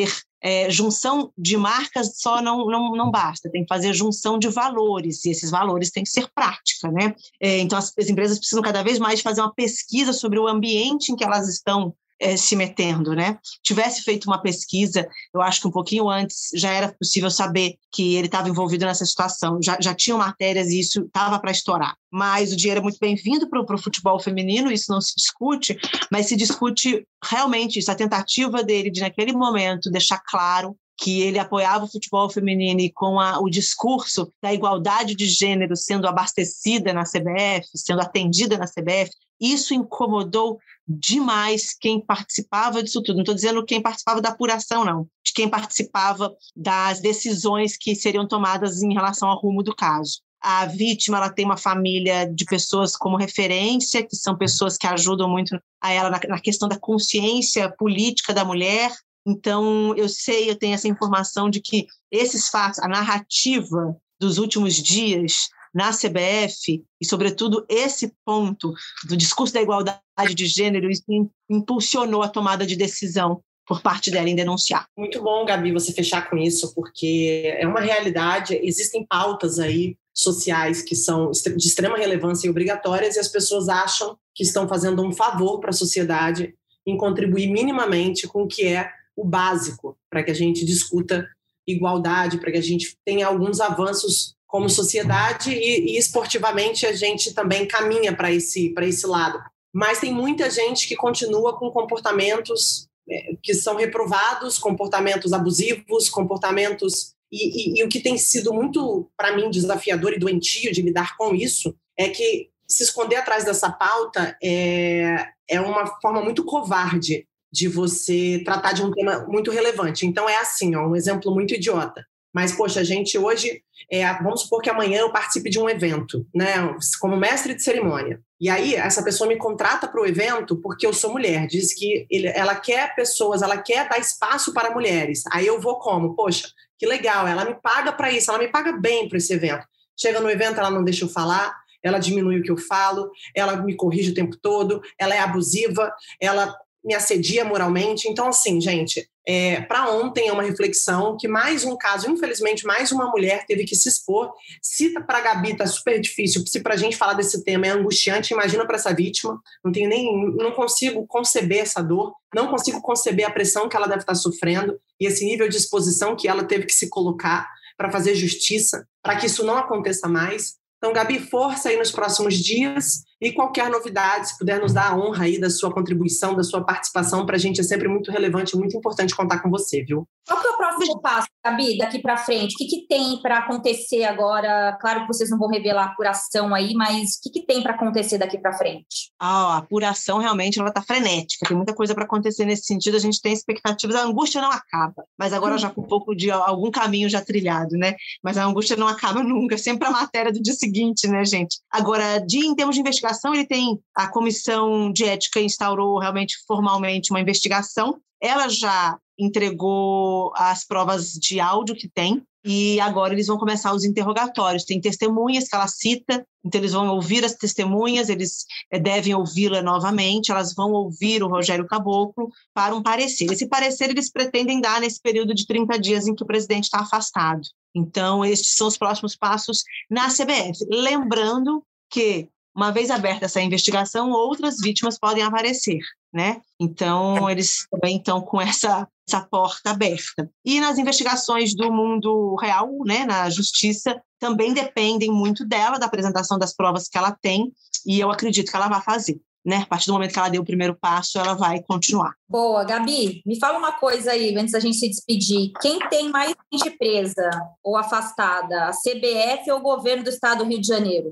Speaker 2: é, junção de marcas só não, não, não basta, tem que fazer junção de valores, e esses valores têm que ser prática, né? É, então, as, as empresas precisam cada vez mais fazer uma pesquisa sobre o ambiente em que elas estão é, se metendo, né? Tivesse feito uma pesquisa, eu acho que um pouquinho antes já era possível saber que ele estava envolvido nessa situação, já, já tinham matérias e isso estava para estourar. Mas o dinheiro é muito bem-vindo para o futebol feminino, isso não se discute, mas se discute realmente isso, a tentativa dele de, naquele momento, deixar claro que ele apoiava o futebol feminino e com a, o discurso da igualdade de gênero sendo abastecida na C B F, sendo atendida na C B F, isso incomodou demais quem participava disso tudo. Não estou dizendo quem participava da apuração, não, de quem participava das decisões que seriam tomadas em relação ao rumo do caso. A vítima, ela tem uma família de pessoas como referência, que são pessoas que ajudam muito a ela na, na questão da consciência política da mulher. Então, eu sei, eu tenho essa informação de que esses fatos, a narrativa dos últimos dias na C B F, e sobretudo esse ponto do discurso da igualdade de gênero, isso impulsionou a tomada de decisão por parte dela em denunciar.
Speaker 3: Muito bom, Gabi, você fechar com isso, porque é uma realidade, existem pautas aí sociais que são de extrema relevância e obrigatórias, e as pessoas acham que estão fazendo um favor para a sociedade em contribuir minimamente com o que é o básico para que a gente discuta igualdade, para que a gente tenha alguns avanços como sociedade e, e esportivamente a gente também caminha para esse, para esse lado. Mas tem muita gente que continua com comportamentos é, que são reprovados, comportamentos abusivos, comportamentos... E, e, e o que tem sido muito, para mim, desafiador e doentio de lidar com isso é que se esconder atrás dessa pauta é, é uma forma muito covarde de você tratar de um tema muito relevante. Então é assim, ó, um exemplo muito idiota. Mas, poxa, a gente hoje, é, vamos supor que amanhã eu participe de um evento, né, como mestre de cerimônia. E aí, essa pessoa me contrata para o evento porque eu sou mulher. Diz que ele, ela quer pessoas, ela quer dar espaço para mulheres. Aí eu vou como? Poxa, que legal, ela me paga para isso, ela me paga bem para esse evento. Chega no evento, ela não deixa eu falar, ela diminui o que eu falo, ela me corrige o tempo todo, ela é abusiva, ela me assedia moralmente. Então, assim, gente, é, para ontem é uma reflexão que mais um caso, infelizmente, mais uma mulher teve que se expor. Se para a Gabi está super difícil, se para a gente falar desse tema é angustiante, imagina para essa vítima. Não tenho nem, não consigo conceber essa dor, não consigo conceber a pressão que ela deve estar sofrendo e esse nível de exposição que ela teve que se colocar para fazer justiça, para que isso não aconteça mais. Então, Gabi, força aí nos próximos dias e qualquer novidade, se puder nos dar a honra aí da sua contribuição, da sua participação, para a gente é sempre muito relevante, muito importante contar com você, viu?
Speaker 1: Qual que é o próximo passo, Gabi, daqui para frente? O que, que tem para acontecer agora? Claro que vocês não vão revelar a apuração aí, mas o que, que tem para acontecer daqui para frente?
Speaker 2: Ah, a apuração realmente ela está frenética, tem muita coisa para acontecer nesse sentido, a gente tem expectativas, a angústia não acaba, mas agora hum. já com um pouco de algum caminho já trilhado, né? Mas a angústia não acaba nunca, sempre a matéria do dia seguinte, né, gente? Agora, de, em termos de investigação, ele tem, a comissão de ética instaurou realmente formalmente uma investigação, ela já entregou as provas de áudio que tem e agora eles vão começar os interrogatórios, tem testemunhas que ela cita, então eles vão ouvir as testemunhas, eles devem ouvi-la novamente, elas vão ouvir o Rogério Caboclo para um parecer. Esse parecer eles pretendem dar nesse período de trinta dias em que o presidente está afastado. Então, estes são os próximos passos na C B F. Lembrando que, uma vez aberta essa investigação, outras vítimas podem aparecer, né? Então, eles também estão com essa, essa porta aberta. E nas investigações do mundo real, né, na justiça, também dependem muito dela, da apresentação das provas que ela tem, e eu acredito que ela vai fazer. Né? A partir do momento que ela deu o primeiro passo, ela vai continuar.
Speaker 1: Boa, Gabi, me fala uma coisa aí, antes da gente se despedir. Quem tem mais gente presa ou afastada, a C B F ou o governo do estado do Rio de Janeiro?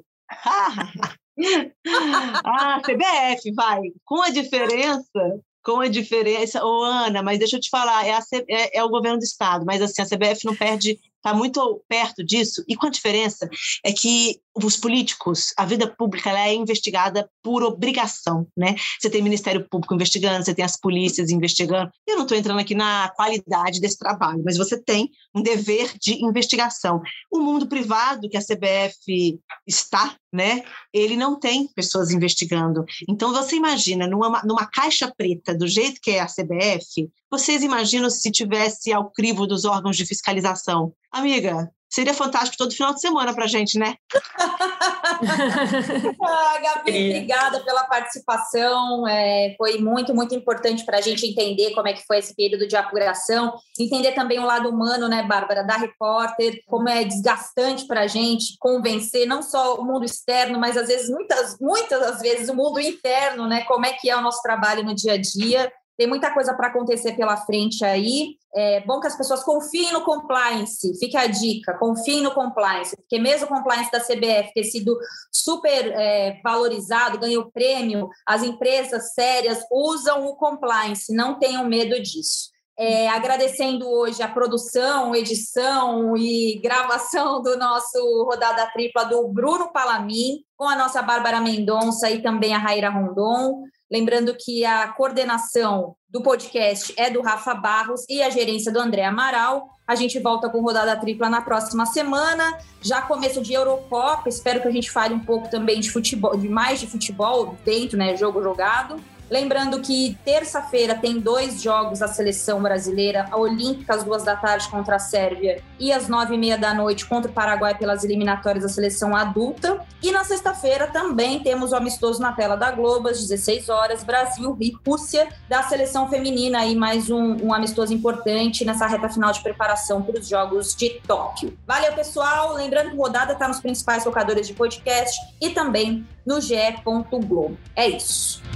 Speaker 2: Ah, C B F, vai. Com a diferença... Com a diferença... Ô, Ana, mas deixa eu te falar, é, a C... é, é o governo do estado, mas assim, a C B F não perde está muito perto disso, e com a diferença é que os políticos, a vida pública, ela é investigada por obrigação, né? Você tem Ministério Público investigando, você tem as polícias investigando. Eu não estou entrando aqui na qualidade desse trabalho, mas você tem um dever de investigação. O mundo privado que a C B F está, né? Ele não tem pessoas investigando. Então, você imagina, numa, numa caixa preta, do jeito que é a C B F, vocês imaginam se tivesse ao crivo dos órgãos de fiscalização? Amiga, seria fantástico todo final de semana pra gente, né?
Speaker 1: ah, Gabi, obrigada pela participação. É, foi muito, muito importante para a gente entender como é que foi esse período de apuração, entender também o lado humano, né, Bárbara, da repórter, como é desgastante para a gente convencer não só o mundo externo, mas às vezes, muitas, muitas das vezes, o mundo interno, né, como é que é o nosso trabalho no dia a dia. Tem muita coisa para acontecer pela frente aí. É bom que as pessoas confiem no compliance. Fica a dica, confiem no compliance. Porque mesmo o compliance da C B F ter sido super é, valorizado, ganhou prêmio, as empresas sérias usam o compliance. Não tenham medo disso. É, agradecendo hoje a produção, edição e gravação do nosso Rodada Tripla do Bruno Palamin, com a nossa Bárbara Mendonça e também a Raíra Rondon. Lembrando que a coordenação do podcast é do Rafa Barros e a gerência do André Amaral. A gente volta com Rodada Tripla na próxima semana. Já começo de Eurocopa, espero que a gente fale um pouco também de futebol, de mais de futebol dentro, né, jogo jogado. Lembrando que terça-feira tem dois jogos da seleção brasileira, a Olímpica às duas da tarde contra a Sérvia e às nove e meia da noite contra o Paraguai pelas eliminatórias da seleção adulta. E na sexta-feira também temos o amistoso na tela da Globo, às dezesseis horas, Brasil e Rússia, da seleção feminina, aí mais um, um amistoso importante nessa reta final de preparação para os Jogos de Tóquio. Valeu, pessoal! Lembrando que o Rodada está nos principais locadores de podcast e também no G E ponto Globo. É isso.